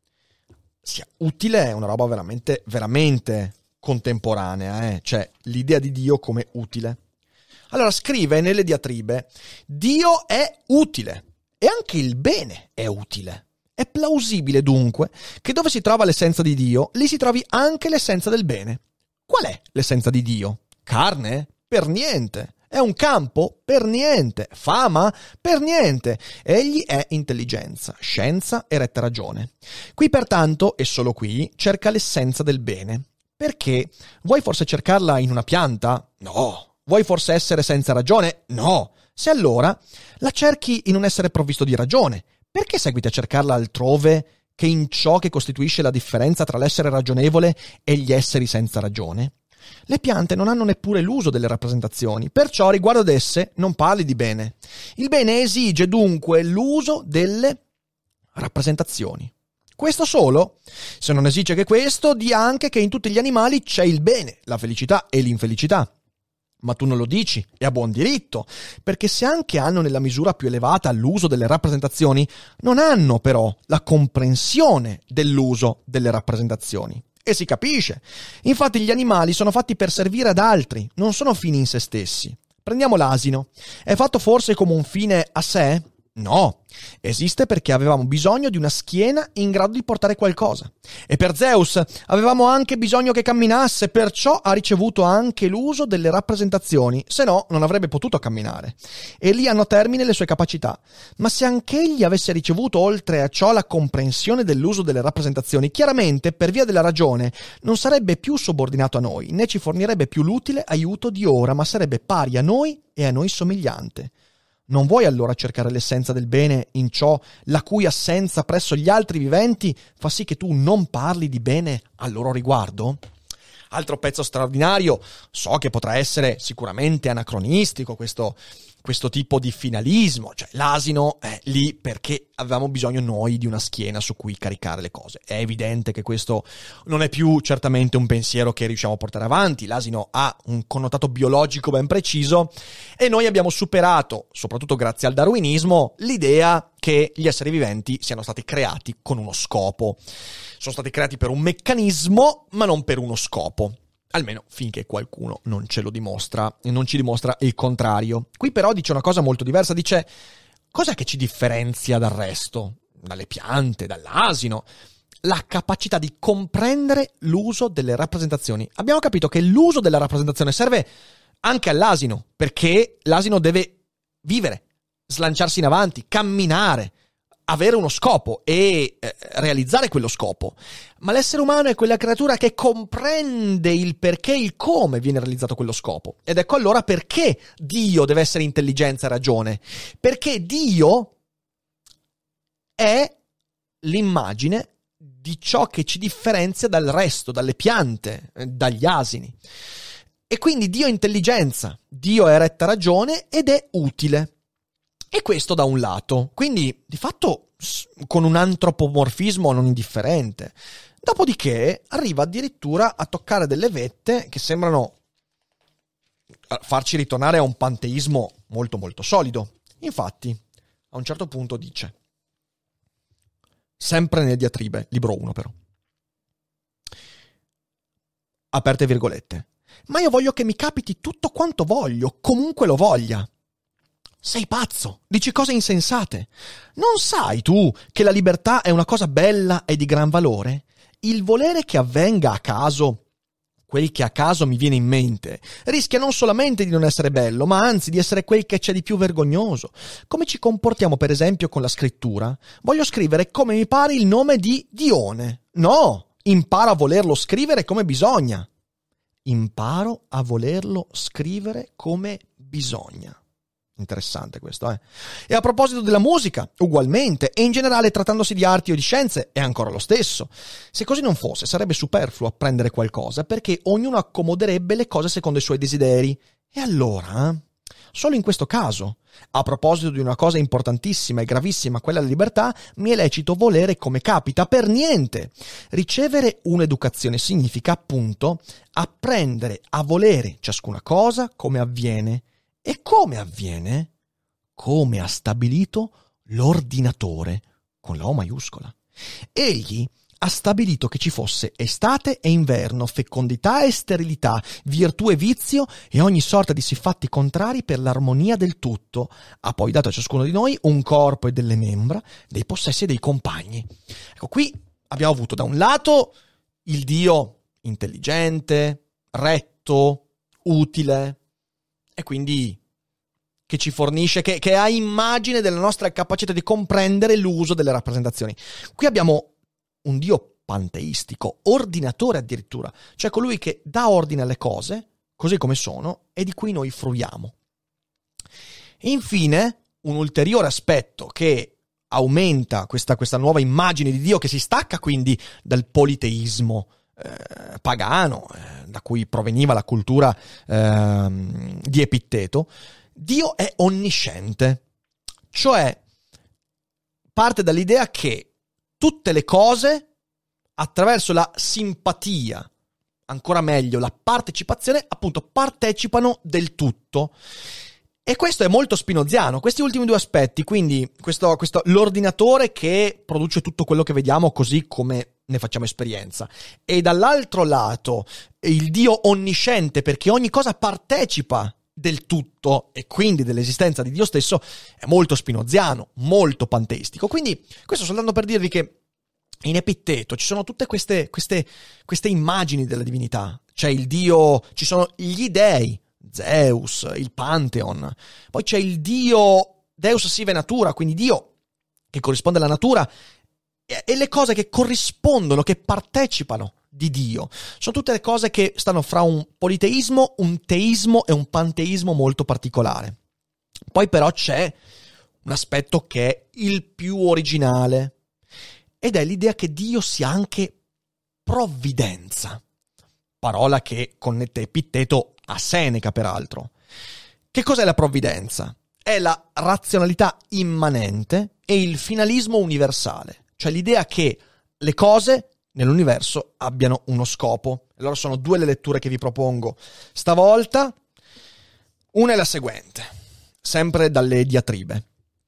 Sia utile è una roba veramente, veramente contemporanea, cioè l'idea di Dio come utile. Allora scrive nelle diatribe: Dio è utile e anche il bene è utile. È plausibile dunque che dove si trova l'essenza di Dio, lì si trovi anche l'essenza del bene. Qual è l'essenza di Dio? Carne? Per niente. È un campo? Per niente. Fama? Per niente. Egli è intelligenza, scienza e retta ragione. Qui pertanto, e solo qui, cerca l'essenza del bene. Perché? Vuoi forse cercarla in una pianta? No. Vuoi forse essere senza ragione? No. Se allora la cerchi in un essere provvisto di ragione, perché seguiti a cercarla altrove che in ciò che costituisce la differenza tra l'essere ragionevole e gli esseri senza ragione? Le piante non hanno neppure l'uso delle rappresentazioni, perciò riguardo ad esse non parli di bene. Il bene esige dunque l'uso delle rappresentazioni. Questo solo? Se non esige che questo, di anche che in tutti gli animali c'è il bene, la felicità e l'infelicità. Ma tu non lo dici, e a buon diritto, perché se anche hanno nella misura più elevata l'uso delle rappresentazioni, non hanno però la comprensione dell'uso delle rappresentazioni. E si capisce. Infatti gli animali sono fatti per servire ad altri, non sono fini in se stessi. Prendiamo l'asino. È fatto forse come un fine a sé? No, esiste perché avevamo bisogno di una schiena in grado di portare qualcosa. E per Zeus avevamo anche bisogno che camminasse, perciò ha ricevuto anche l'uso delle rappresentazioni, se no non avrebbe potuto camminare. E lì hanno termine le sue capacità. Ma se anch'egli avesse ricevuto oltre a ciò la comprensione dell'uso delle rappresentazioni, chiaramente per via della ragione non sarebbe più subordinato a noi, né ci fornirebbe più l'utile aiuto di ora, ma sarebbe pari a noi e a noi somigliante. Non vuoi allora cercare l'essenza del bene in ciò la cui assenza presso gli altri viventi fa sì che tu non parli di bene a loro riguardo? Altro pezzo straordinario, so che potrà essere sicuramente anacronistico questo tipo di finalismo, cioè l'asino è lì perché avevamo bisogno noi di una schiena su cui caricare le cose. È evidente che questo non è più certamente un pensiero che riusciamo a portare avanti, l'asino ha un connotato biologico ben preciso e noi abbiamo superato, soprattutto grazie al darwinismo, l'idea che gli esseri viventi siano stati creati con uno scopo. Sono stati creati per un meccanismo, ma non per uno scopo. Almeno finché qualcuno non ce lo dimostra e non ci dimostra il contrario. Qui però dice una cosa molto diversa, dice: cos'è che ci differenzia dal resto? Dalle piante, dall'asino? La capacità di comprendere l'uso delle rappresentazioni. Abbiamo capito che l'uso della rappresentazione serve anche all'asino, perché l'asino deve vivere, slanciarsi in avanti, camminare, avere uno scopo e realizzare quello scopo. Ma l'essere umano è quella creatura che comprende il perché e il come viene realizzato quello scopo. Ed ecco allora perché Dio deve essere intelligenza e ragione. Perché Dio è l'immagine di ciò che ci differenzia dal resto, dalle piante, dagli asini. E quindi Dio è intelligenza, Dio è retta ragione ed è utile. E questo da un lato, quindi di fatto con un antropomorfismo non indifferente. Dopodiché arriva addirittura a toccare delle vette che sembrano farci ritornare a un panteismo molto molto solido. Infatti, a un certo punto dice, sempre nelle diatribe, libro 1 però, aperte virgolette, ma io voglio che mi capiti tutto quanto voglio, comunque lo voglia. Sei pazzo, dici cose insensate. Non sai tu che la libertà è una cosa bella e di gran valore? Il volere che avvenga a caso, quel che a caso mi viene in mente, rischia non solamente di non essere bello, ma anzi di essere quel che c'è di più vergognoso. Come ci comportiamo per esempio con la scrittura? Voglio scrivere come mi pare il nome di Dione. No, imparo a volerlo scrivere come bisogna. Imparo a volerlo scrivere come bisogna. Interessante questo, eh? E a proposito della musica, ugualmente, e in generale trattandosi di arti o di scienze, è ancora lo stesso. Se così non fosse, sarebbe superfluo apprendere qualcosa, perché ognuno accomoderebbe le cose secondo i suoi desideri. E allora, Solo in questo caso, a proposito di una cosa importantissima e gravissima, quella della libertà, mi è lecito volere come capita. Per niente. Ricevere un'educazione significa, appunto, apprendere a volere ciascuna cosa come avviene. E come avviene? Come ha stabilito l'ordinatore, con la O maiuscola. Egli ha stabilito che ci fosse estate e inverno, fecondità e sterilità, virtù e vizio e ogni sorta di siffatti contrari per l'armonia del tutto. Ha poi dato a ciascuno di noi un corpo e delle membra, dei possessi e dei compagni. Ecco, qui abbiamo avuto da un lato il Dio intelligente, retto, utile e quindi che ci fornisce, che ha immagine della nostra capacità di comprendere l'uso delle rappresentazioni. Qui abbiamo un Dio panteistico, ordinatore addirittura, cioè colui che dà ordine alle cose, così come sono, e di cui noi fruiamo. E infine, un ulteriore aspetto che aumenta questa nuova immagine di Dio, che si stacca quindi dal politeismo pagano, da cui proveniva la cultura di Epitteto. Dio è onnisciente, cioè parte dall'idea che tutte le cose, attraverso la simpatia, ancora meglio la partecipazione, appunto partecipano del tutto. E questo è molto spinoziano, questi ultimi due aspetti, quindi questo l'ordinatore che produce tutto quello che vediamo così come ne facciamo esperienza, e dall'altro lato il Dio onnisciente, perché ogni cosa partecipa del tutto e quindi dell'esistenza di Dio stesso, è molto spinoziano, molto panteistico. Quindi questo soltanto per dirvi che in Epitteto ci sono tutte queste immagini della divinità. C'è il Dio, ci sono gli dei, Zeus, il Pantheon, poi c'è il Dio Deus sive natura, quindi Dio che corrisponde alla natura, e le cose che corrispondono, che partecipano di Dio. Sono tutte le cose che stanno fra un politeismo, un teismo e un panteismo molto particolare. Poi però c'è un aspetto che è il più originale, ed è l'idea che Dio sia anche provvidenza, parola che connette Epitteto a Seneca peraltro. Che cos'è la provvidenza? È la razionalità immanente e il finalismo universale, cioè l'idea che le cose nell'universo abbiano uno scopo. Allora sono due le letture che vi propongo stavolta. Una è la seguente, sempre dalle diatribe.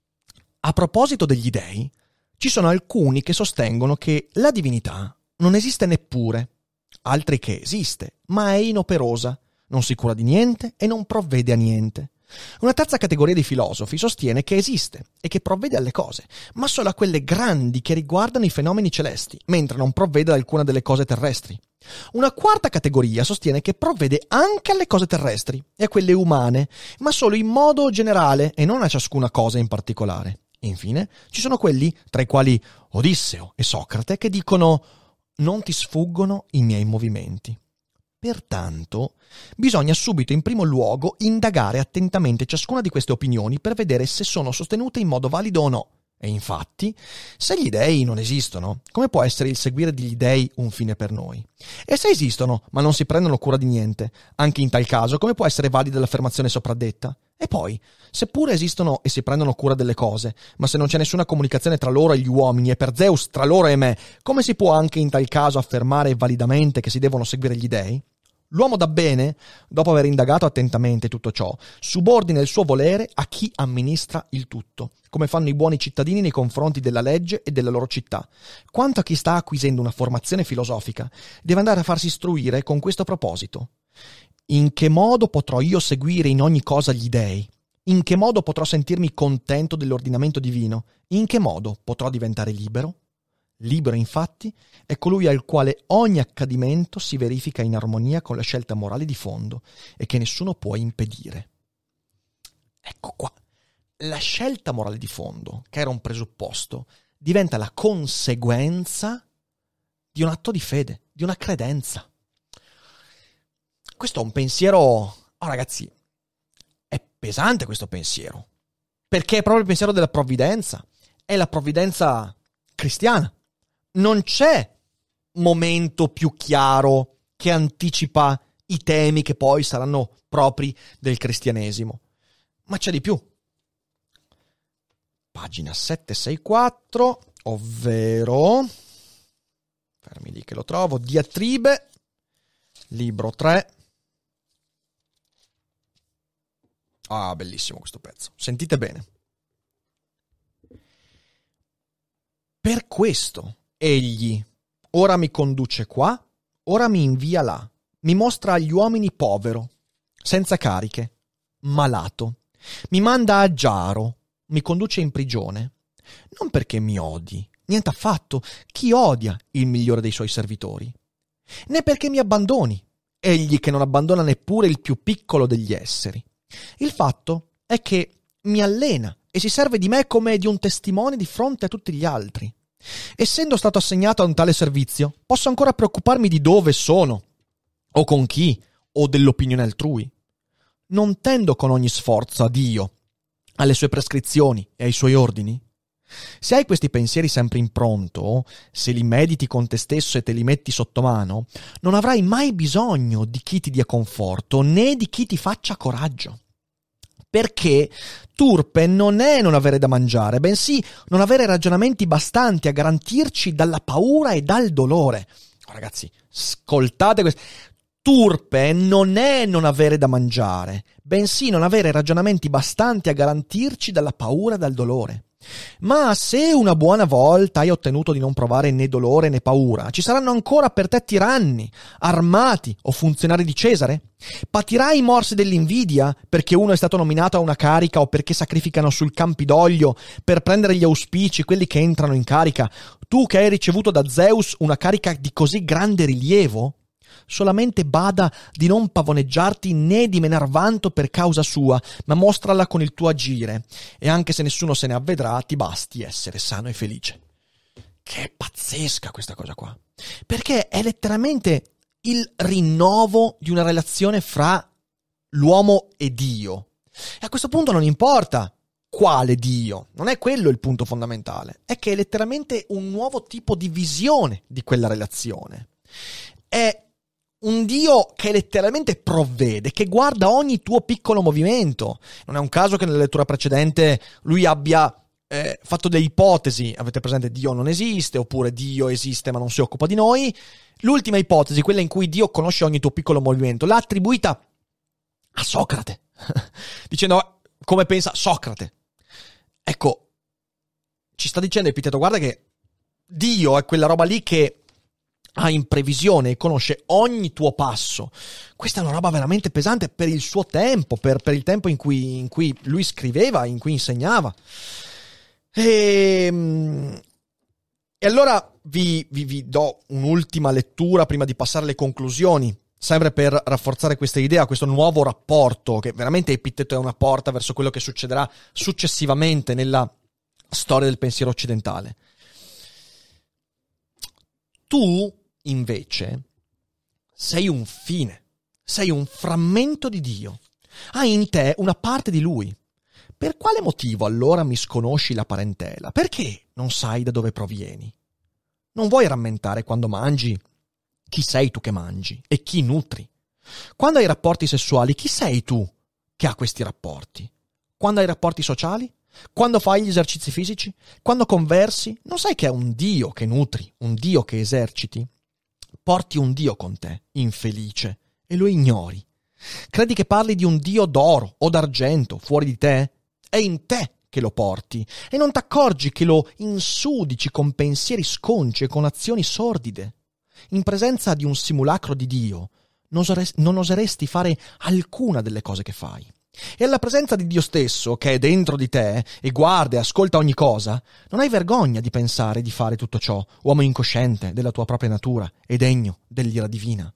A proposito degli dei, ci sono alcuni che sostengono che la divinità non esiste neppure, altri che esiste, ma è inoperosa, non si cura di niente e non provvede a niente. Una terza categoria di filosofi sostiene che esiste e che provvede alle cose, ma solo a quelle grandi che riguardano i fenomeni celesti, mentre non provvede ad alcuna delle cose terrestri. Una quarta categoria sostiene che provvede anche alle cose terrestri e a quelle umane, ma solo in modo generale e non a ciascuna cosa in particolare. E infine ci sono quelli, tra i quali Odisseo e Socrate, che dicono «Non ti sfuggono i miei movimenti». Pertanto, bisogna subito in primo luogo indagare attentamente ciascuna di queste opinioni per vedere se sono sostenute in modo valido o no. E infatti, se gli dei non esistono, come può essere il seguire degli dei un fine per noi? E se esistono, ma non si prendono cura di niente, anche in tal caso, come può essere valida l'affermazione sopraddetta? E poi, seppure esistono e si prendono cura delle cose, ma se non c'è nessuna comunicazione tra loro e gli uomini, e per Zeus tra loro e me, come si può anche in tal caso affermare validamente che si devono seguire gli dei? L'uomo da bene, dopo aver indagato attentamente tutto ciò, subordina il suo volere a chi amministra il tutto, come fanno i buoni cittadini nei confronti della legge e della loro città. Quanto a chi sta acquisendo una formazione filosofica, deve andare a farsi istruire con questo proposito. In che modo potrò io seguire in ogni cosa gli dei? In che modo potrò sentirmi contento dell'ordinamento divino? In che modo potrò diventare libero? Libero, infatti, è colui al quale ogni accadimento si verifica in armonia con la scelta morale di fondo e che nessuno può impedire. Ecco qua. La scelta morale di fondo, che era un presupposto, diventa la conseguenza di un atto di fede, di una credenza. Questo è un pensiero... Oh, ragazzi, è pesante questo pensiero, perché è proprio il pensiero della provvidenza. È la provvidenza cristiana. Non c'è momento più chiaro che anticipa i temi che poi saranno propri del cristianesimo. Ma c'è di più. Pagina 764, ovvero, fermi lì che lo trovo, Diatribe, libro 3. Ah, bellissimo questo pezzo. Sentite bene. Per questo egli ora mi conduce qua, ora mi invia là, mi mostra agli uomini povero, senza cariche, malato, mi manda a Giaro, mi conduce in prigione. Non perché mi odi, niente affatto, chi odia il migliore dei suoi servitori? Né perché mi abbandoni, egli che non abbandona neppure il più piccolo degli esseri. Il fatto è che mi allena e si serve di me come di un testimone di fronte a tutti gli altri. Essendo stato assegnato a un tale servizio, posso ancora preoccuparmi di dove sono, o con chi, o dell'opinione altrui. Non tendo con ogni sforzo a Dio, alle sue prescrizioni e ai suoi ordini? Se hai questi pensieri sempre in pronto, se li mediti con te stesso e te li metti sotto mano, non avrai mai bisogno di chi ti dia conforto, né di chi ti faccia coraggio. Perché turpe non è non avere da mangiare, bensì non avere ragionamenti bastanti a garantirci dalla paura e dal dolore. Oh, ragazzi, ascoltate questo. Turpe non è non avere da mangiare, bensì non avere ragionamenti bastanti a garantirci dalla paura e dal dolore. Ma se una buona volta hai ottenuto di non provare né dolore né paura, ci saranno ancora per te tiranni, armati o funzionari di Cesare? Patirai i morsi dell'invidia perché uno è stato nominato a una carica o perché sacrificano sul Campidoglio per prendere gli auspici quelli che entrano in carica, tu che hai ricevuto da Zeus una carica di così grande rilievo? Solamente bada di non pavoneggiarti né di menar vanto per causa sua, ma mostrala con il tuo agire, e anche se nessuno se ne avvedrà, ti basti essere sano e felice. Che è pazzesca questa cosa qua, perché è letteralmente il rinnovo di una relazione fra l'uomo e Dio. E a questo punto non importa quale Dio, non è quello il punto fondamentale, è che è letteralmente un nuovo tipo di visione di quella relazione. È un Dio che letteralmente provvede, che guarda ogni tuo piccolo movimento. Non è un caso che nella lettura precedente lui abbia fatto delle ipotesi. Avete presente Dio non esiste, oppure Dio esiste ma non si occupa di noi? L'ultima ipotesi, quella in cui Dio conosce ogni tuo piccolo movimento, l'ha attribuita a Socrate, dicendo come pensa Socrate. Ecco, ci sta dicendo Epiteto, guarda che Dio è quella roba lì che ha in previsione e conosce ogni tuo passo. Questa è una roba veramente pesante per il suo tempo, per il tempo in cui lui scriveva, in cui insegnava. E allora vi do un'ultima lettura prima di passare alle conclusioni, sempre per rafforzare questa idea, questo nuovo rapporto, che veramente Epiteto è una porta verso quello che succederà successivamente nella storia del pensiero occidentale. Tu invece sei un fine, sei un frammento di Dio, hai in te una parte di Lui. Per quale motivo allora misconosci la parentela? Perché non sai da dove provieni? Non vuoi rammentare quando mangi chi sei tu che mangi e chi nutri? Quando hai rapporti sessuali, chi sei tu che ha questi rapporti? Quando hai rapporti sociali? Quando fai gli esercizi fisici? Quando conversi? Non sai che è un Dio che nutri, un Dio che eserciti? Porti un Dio con te, infelice, e lo ignori. Credi che parli di un Dio d'oro o d'argento fuori di te? È in te che lo porti e non t'accorgi che lo insudici con pensieri sconci e con azioni sordide. In presenza di un simulacro di Dio non oseresti fare alcuna delle cose che fai. E alla presenza di Dio stesso, che è dentro di te e guarda e ascolta ogni cosa, non hai vergogna di pensare di fare tutto ciò, uomo incosciente della tua propria natura e degno dell'ira divina.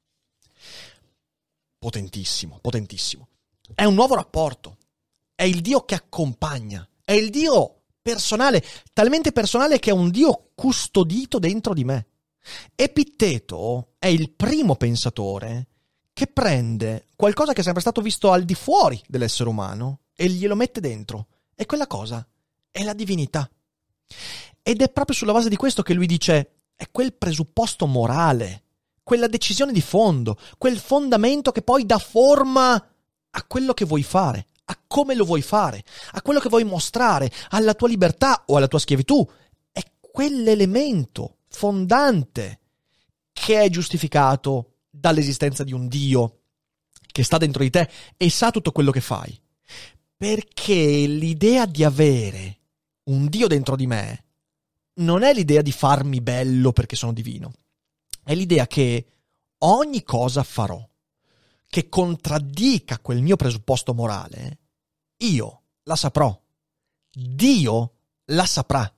Potentissimo, potentissimo. È un nuovo rapporto. È il Dio che accompagna. È il Dio personale, talmente personale che è un Dio custodito dentro di me. Epiteto è il primo pensatore che prende qualcosa che è sempre stato visto al di fuori dell'essere umano e glielo mette dentro. E quella cosa è la divinità. Ed è proprio sulla base di questo che lui dice: è quel presupposto morale, quella decisione di fondo, quel fondamento che poi dà forma a quello che vuoi fare, a come lo vuoi fare, a quello che vuoi mostrare, alla tua libertà o alla tua schiavitù. È quell'elemento fondante che è giustificato dall'esistenza di un Dio che sta dentro di te e sa tutto quello che fai. Perché l'idea di avere un Dio dentro di me non è l'idea di farmi bello perché sono divino. È l'idea che ogni cosa farò che contraddica quel mio presupposto morale, io la saprò. Dio la saprà.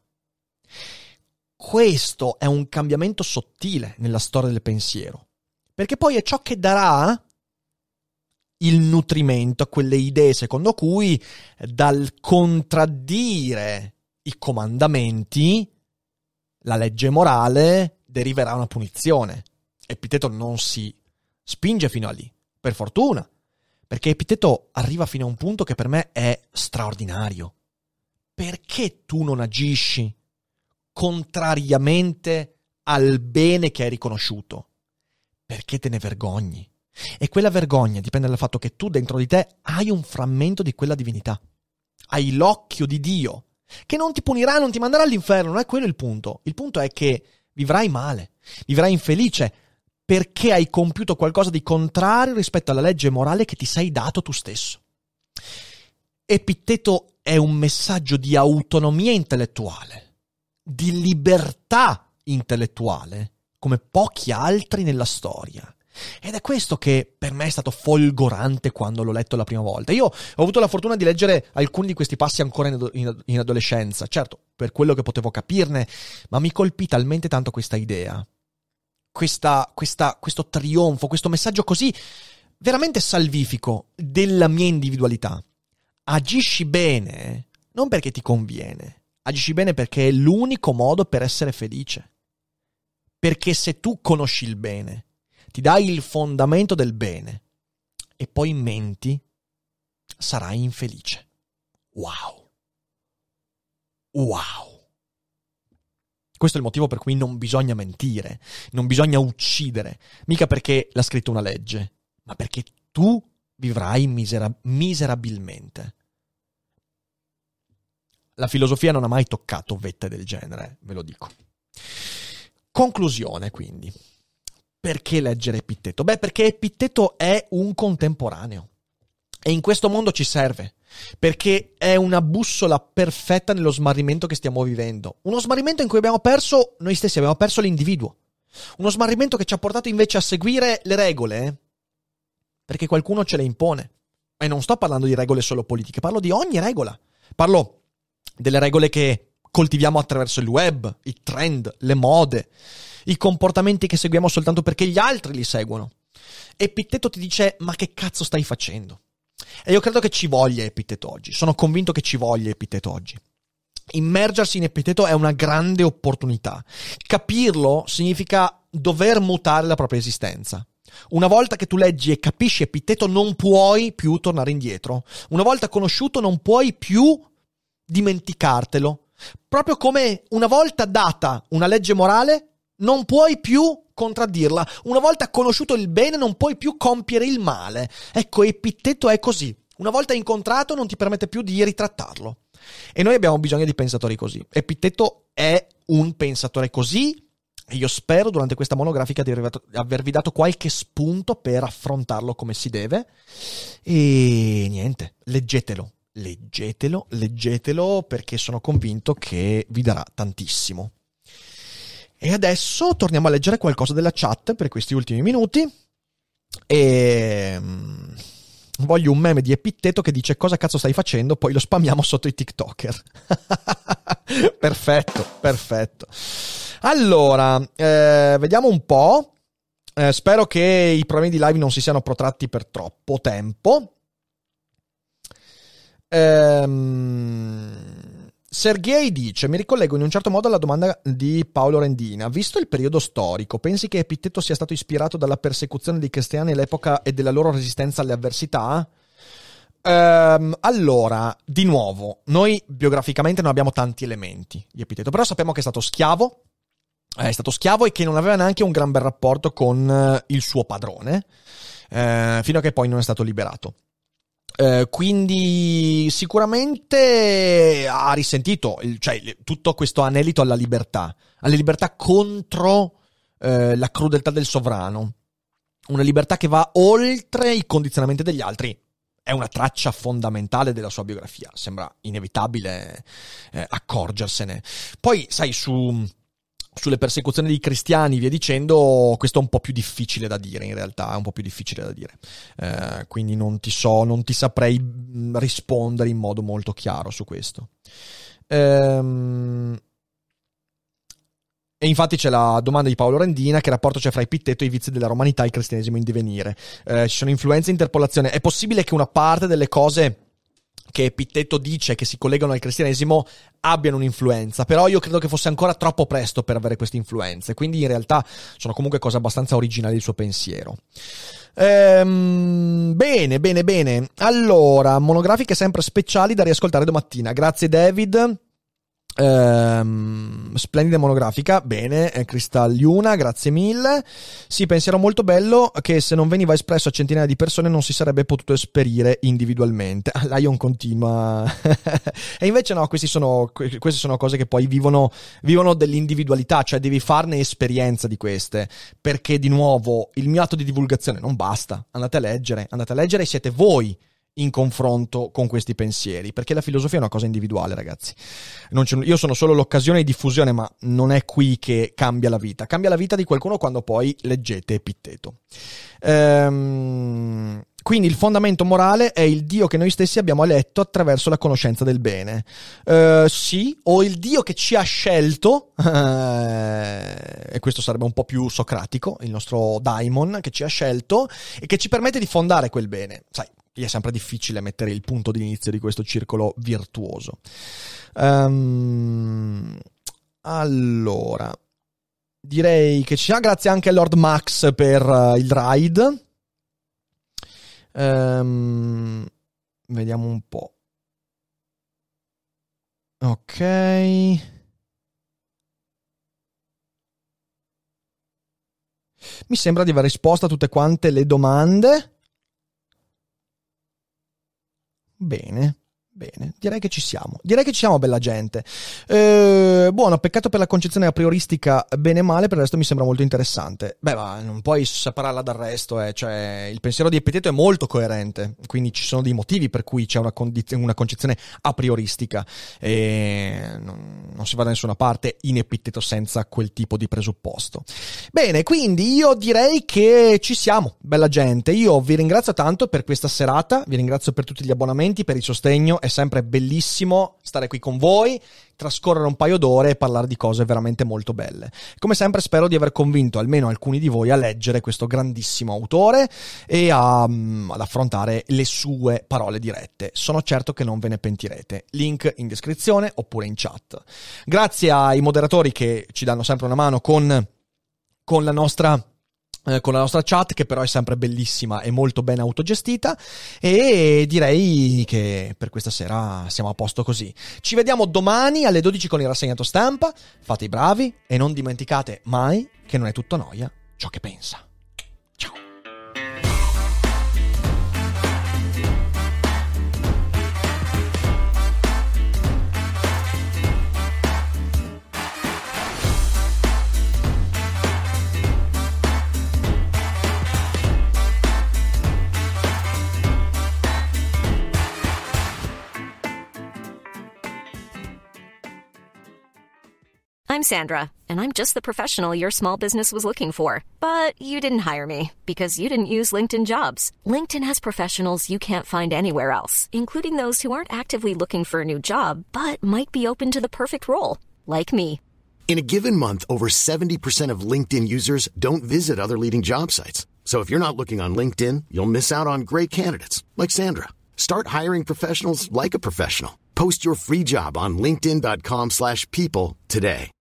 Questo è un cambiamento sottile nella storia del pensiero, perché poi è ciò che darà il nutrimento a quelle idee secondo cui dal contraddire i comandamenti, la legge morale, deriverà una punizione. Epiteto non si spinge fino a lì, per fortuna, perché Epiteto arriva fino a un punto che per me è straordinario. Perché tu non agisci contrariamente al bene che hai riconosciuto? Perché te ne vergogni. E quella vergogna dipende dal fatto che tu dentro di te hai un frammento di quella divinità. Hai l'occhio di Dio, che non ti punirà, non ti manderà all'inferno, non è quello il punto. Il punto è che vivrai male, vivrai infelice, perché hai compiuto qualcosa di contrario rispetto alla legge morale che ti sei dato tu stesso. Epiteto è un messaggio di autonomia intellettuale, di libertà intellettuale, come pochi altri nella storia. Ed è questo che per me è stato folgorante quando l'ho letto la prima volta. Io ho avuto la fortuna di leggere alcuni di questi passi ancora in adolescenza, certo, per quello che potevo capirne, ma mi colpì talmente tanto questa idea, questo trionfo, questo messaggio così veramente salvifico della mia individualità. Agisci bene non perché ti conviene, agisci bene perché è l'unico modo per essere felice. Perché se tu conosci il bene, ti dai il fondamento del bene e poi menti, sarai infelice. Wow. Questo è il motivo per cui non bisogna mentire, non bisogna uccidere, mica perché l'ha scritto una legge, ma perché tu vivrai miserabilmente. La filosofia non ha mai toccato vette del genere, ve lo dico. Conclusione, quindi. Perché leggere Epiteto? Beh, perché Epiteto è un contemporaneo e in questo mondo ci serve, perché è una bussola perfetta nello smarrimento che stiamo vivendo. Uno smarrimento in cui abbiamo perso noi stessi, abbiamo perso l'individuo. Uno smarrimento che ci ha portato invece a seguire le regole, perché qualcuno ce le impone. E non sto parlando di regole solo politiche, parlo di ogni regola. Parlo delle regole che coltiviamo attraverso il web, i trend, le mode, i comportamenti che seguiamo soltanto perché gli altri li seguono. Epiteto ti dice: ma che cazzo stai facendo? E io credo che ci voglia Epiteto oggi. Sono convinto che ci voglia Epiteto oggi. Immergersi in Epiteto è una grande opportunità. Capirlo significa dover mutare la propria esistenza. Una volta che tu leggi e capisci Epiteto non puoi più tornare indietro. Una volta conosciuto non puoi più dimenticartelo. Proprio come una volta data una legge morale non puoi più contraddirla. Una volta conosciuto il bene non puoi più compiere il male. Ecco, Epiteto è così. Una volta incontrato non ti permette più di ritrattarlo. E noi abbiamo bisogno di pensatori così. Epiteto è un pensatore così e io spero durante questa monografica di avervi dato qualche spunto per affrontarlo come si deve. E niente, leggetelo, perché sono convinto che vi darà tantissimo. E adesso torniamo a leggere qualcosa della chat per questi ultimi minuti. E voglio un meme di Epiteto che dice: cosa cazzo stai facendo? Poi lo spammiamo sotto i TikToker. Perfetto. Allora, vediamo un po'. Spero che i problemi di live non si siano protratti per troppo tempo. Sergei dice: mi ricollego in un certo modo alla domanda di Paolo Rendina. Visto il periodo storico, pensi che Epiteto sia stato ispirato dalla persecuzione dei cristiani all'epoca e della loro resistenza alle avversità? Allora, di nuovo, noi biograficamente non abbiamo tanti elementi di Epiteto, però sappiamo che è stato schiavo e che non aveva neanche un gran bel rapporto con il suo padrone, fino a che poi non è stato liberato. Quindi sicuramente ha risentito tutto questo anelito alla libertà contro la crudeltà del sovrano, una libertà che va oltre i condizionamenti degli altri. È una traccia fondamentale della sua biografia, sembra inevitabile accorgersene. Poi, sai, sulle persecuzioni dei cristiani, via dicendo, questo è un po' più difficile da dire, in realtà, è un po' più difficile da dire. Quindi non ti saprei rispondere in modo molto chiaro su questo. E infatti c'è la domanda di Paolo Rendina: che rapporto c'è fra Epitteto e i vizi della romanità e il cristianesimo in divenire? Ci sono influenze e interpolazioni. È possibile che una parte delle cose che Epitteto dice che si collegano al cristianesimo abbiano un'influenza, però io credo che fosse ancora troppo presto per avere queste influenze, quindi in realtà sono comunque cose abbastanza originali del suo pensiero. Bene. Allora, monografiche sempre speciali da riascoltare domattina. Grazie David. Splendida monografica, bene. Crystal Luna, grazie mille. Sì, pensiero molto bello che se non veniva espresso a centinaia di persone non si sarebbe potuto esperire individualmente. Lion continua e invece no, queste sono cose che poi vivono dell'individualità, cioè devi farne esperienza di queste, perché di nuovo il mio atto di divulgazione non basta. Andate a leggere e siete voi in confronto con questi pensieri, perché la filosofia è una cosa individuale, ragazzi. Io sono solo l'occasione di diffusione, ma non è qui che cambia la vita di qualcuno quando poi leggete Epitteto. Quindi il fondamento morale è il Dio che noi stessi abbiamo eletto attraverso la conoscenza del bene. Sì, o il Dio che ci ha scelto, e questo sarebbe un po' più socratico, il nostro daimon che ci ha scelto e che ci permette di fondare quel bene. Sai, è sempre difficile mettere il punto di inizio di questo circolo virtuoso. Allora, direi che ci sia. Grazie anche a Lord Max per il ride. Vediamo un po'. Ok. Mi sembra di aver risposto a tutte quante le domande. Bene, direi che ci siamo, bella gente. Buono, peccato per la concezione a prioristica, bene o male, per il resto mi sembra molto interessante. Beh, ma non puoi separarla dal resto, cioè il pensiero di Epitteto è molto coerente, quindi ci sono dei motivi per cui c'è una concezione a prioristica e non si va da nessuna parte in Epitteto senza quel tipo di presupposto. Bene, quindi io direi che ci siamo, bella gente. Io vi ringrazio tanto per questa serata, vi ringrazio per tutti gli abbonamenti, per il sostegno. È sempre bellissimo stare qui con voi, trascorrere un paio d'ore e parlare di cose veramente molto belle. Come sempre spero di aver convinto almeno alcuni di voi a leggere questo grandissimo autore e ad affrontare le sue parole dirette. Sono certo che non ve ne pentirete. Link in descrizione oppure in chat. Grazie ai moderatori che ci danno sempre una mano con la nostra chat, che però è sempre bellissima e molto ben autogestita, e direi che per questa sera siamo a posto così. Ci vediamo domani alle 12 con il rassegnato stampa. Fate i bravi e non dimenticate mai che non è tutto noia ciò che pensa. Ciao. I'm Sandra, and I'm just the professional your small business was looking for. But you didn't hire me because you didn't use LinkedIn Jobs. LinkedIn has professionals you can't find anywhere else, including those who aren't actively looking for a new job, but might be open to the perfect role, like me. In a given month, over 70% of LinkedIn users don't visit other leading job sites. So if you're not looking on LinkedIn, you'll miss out on great candidates, like Sandra. Start hiring professionals like a professional. Post your free job on linkedin.com/people today.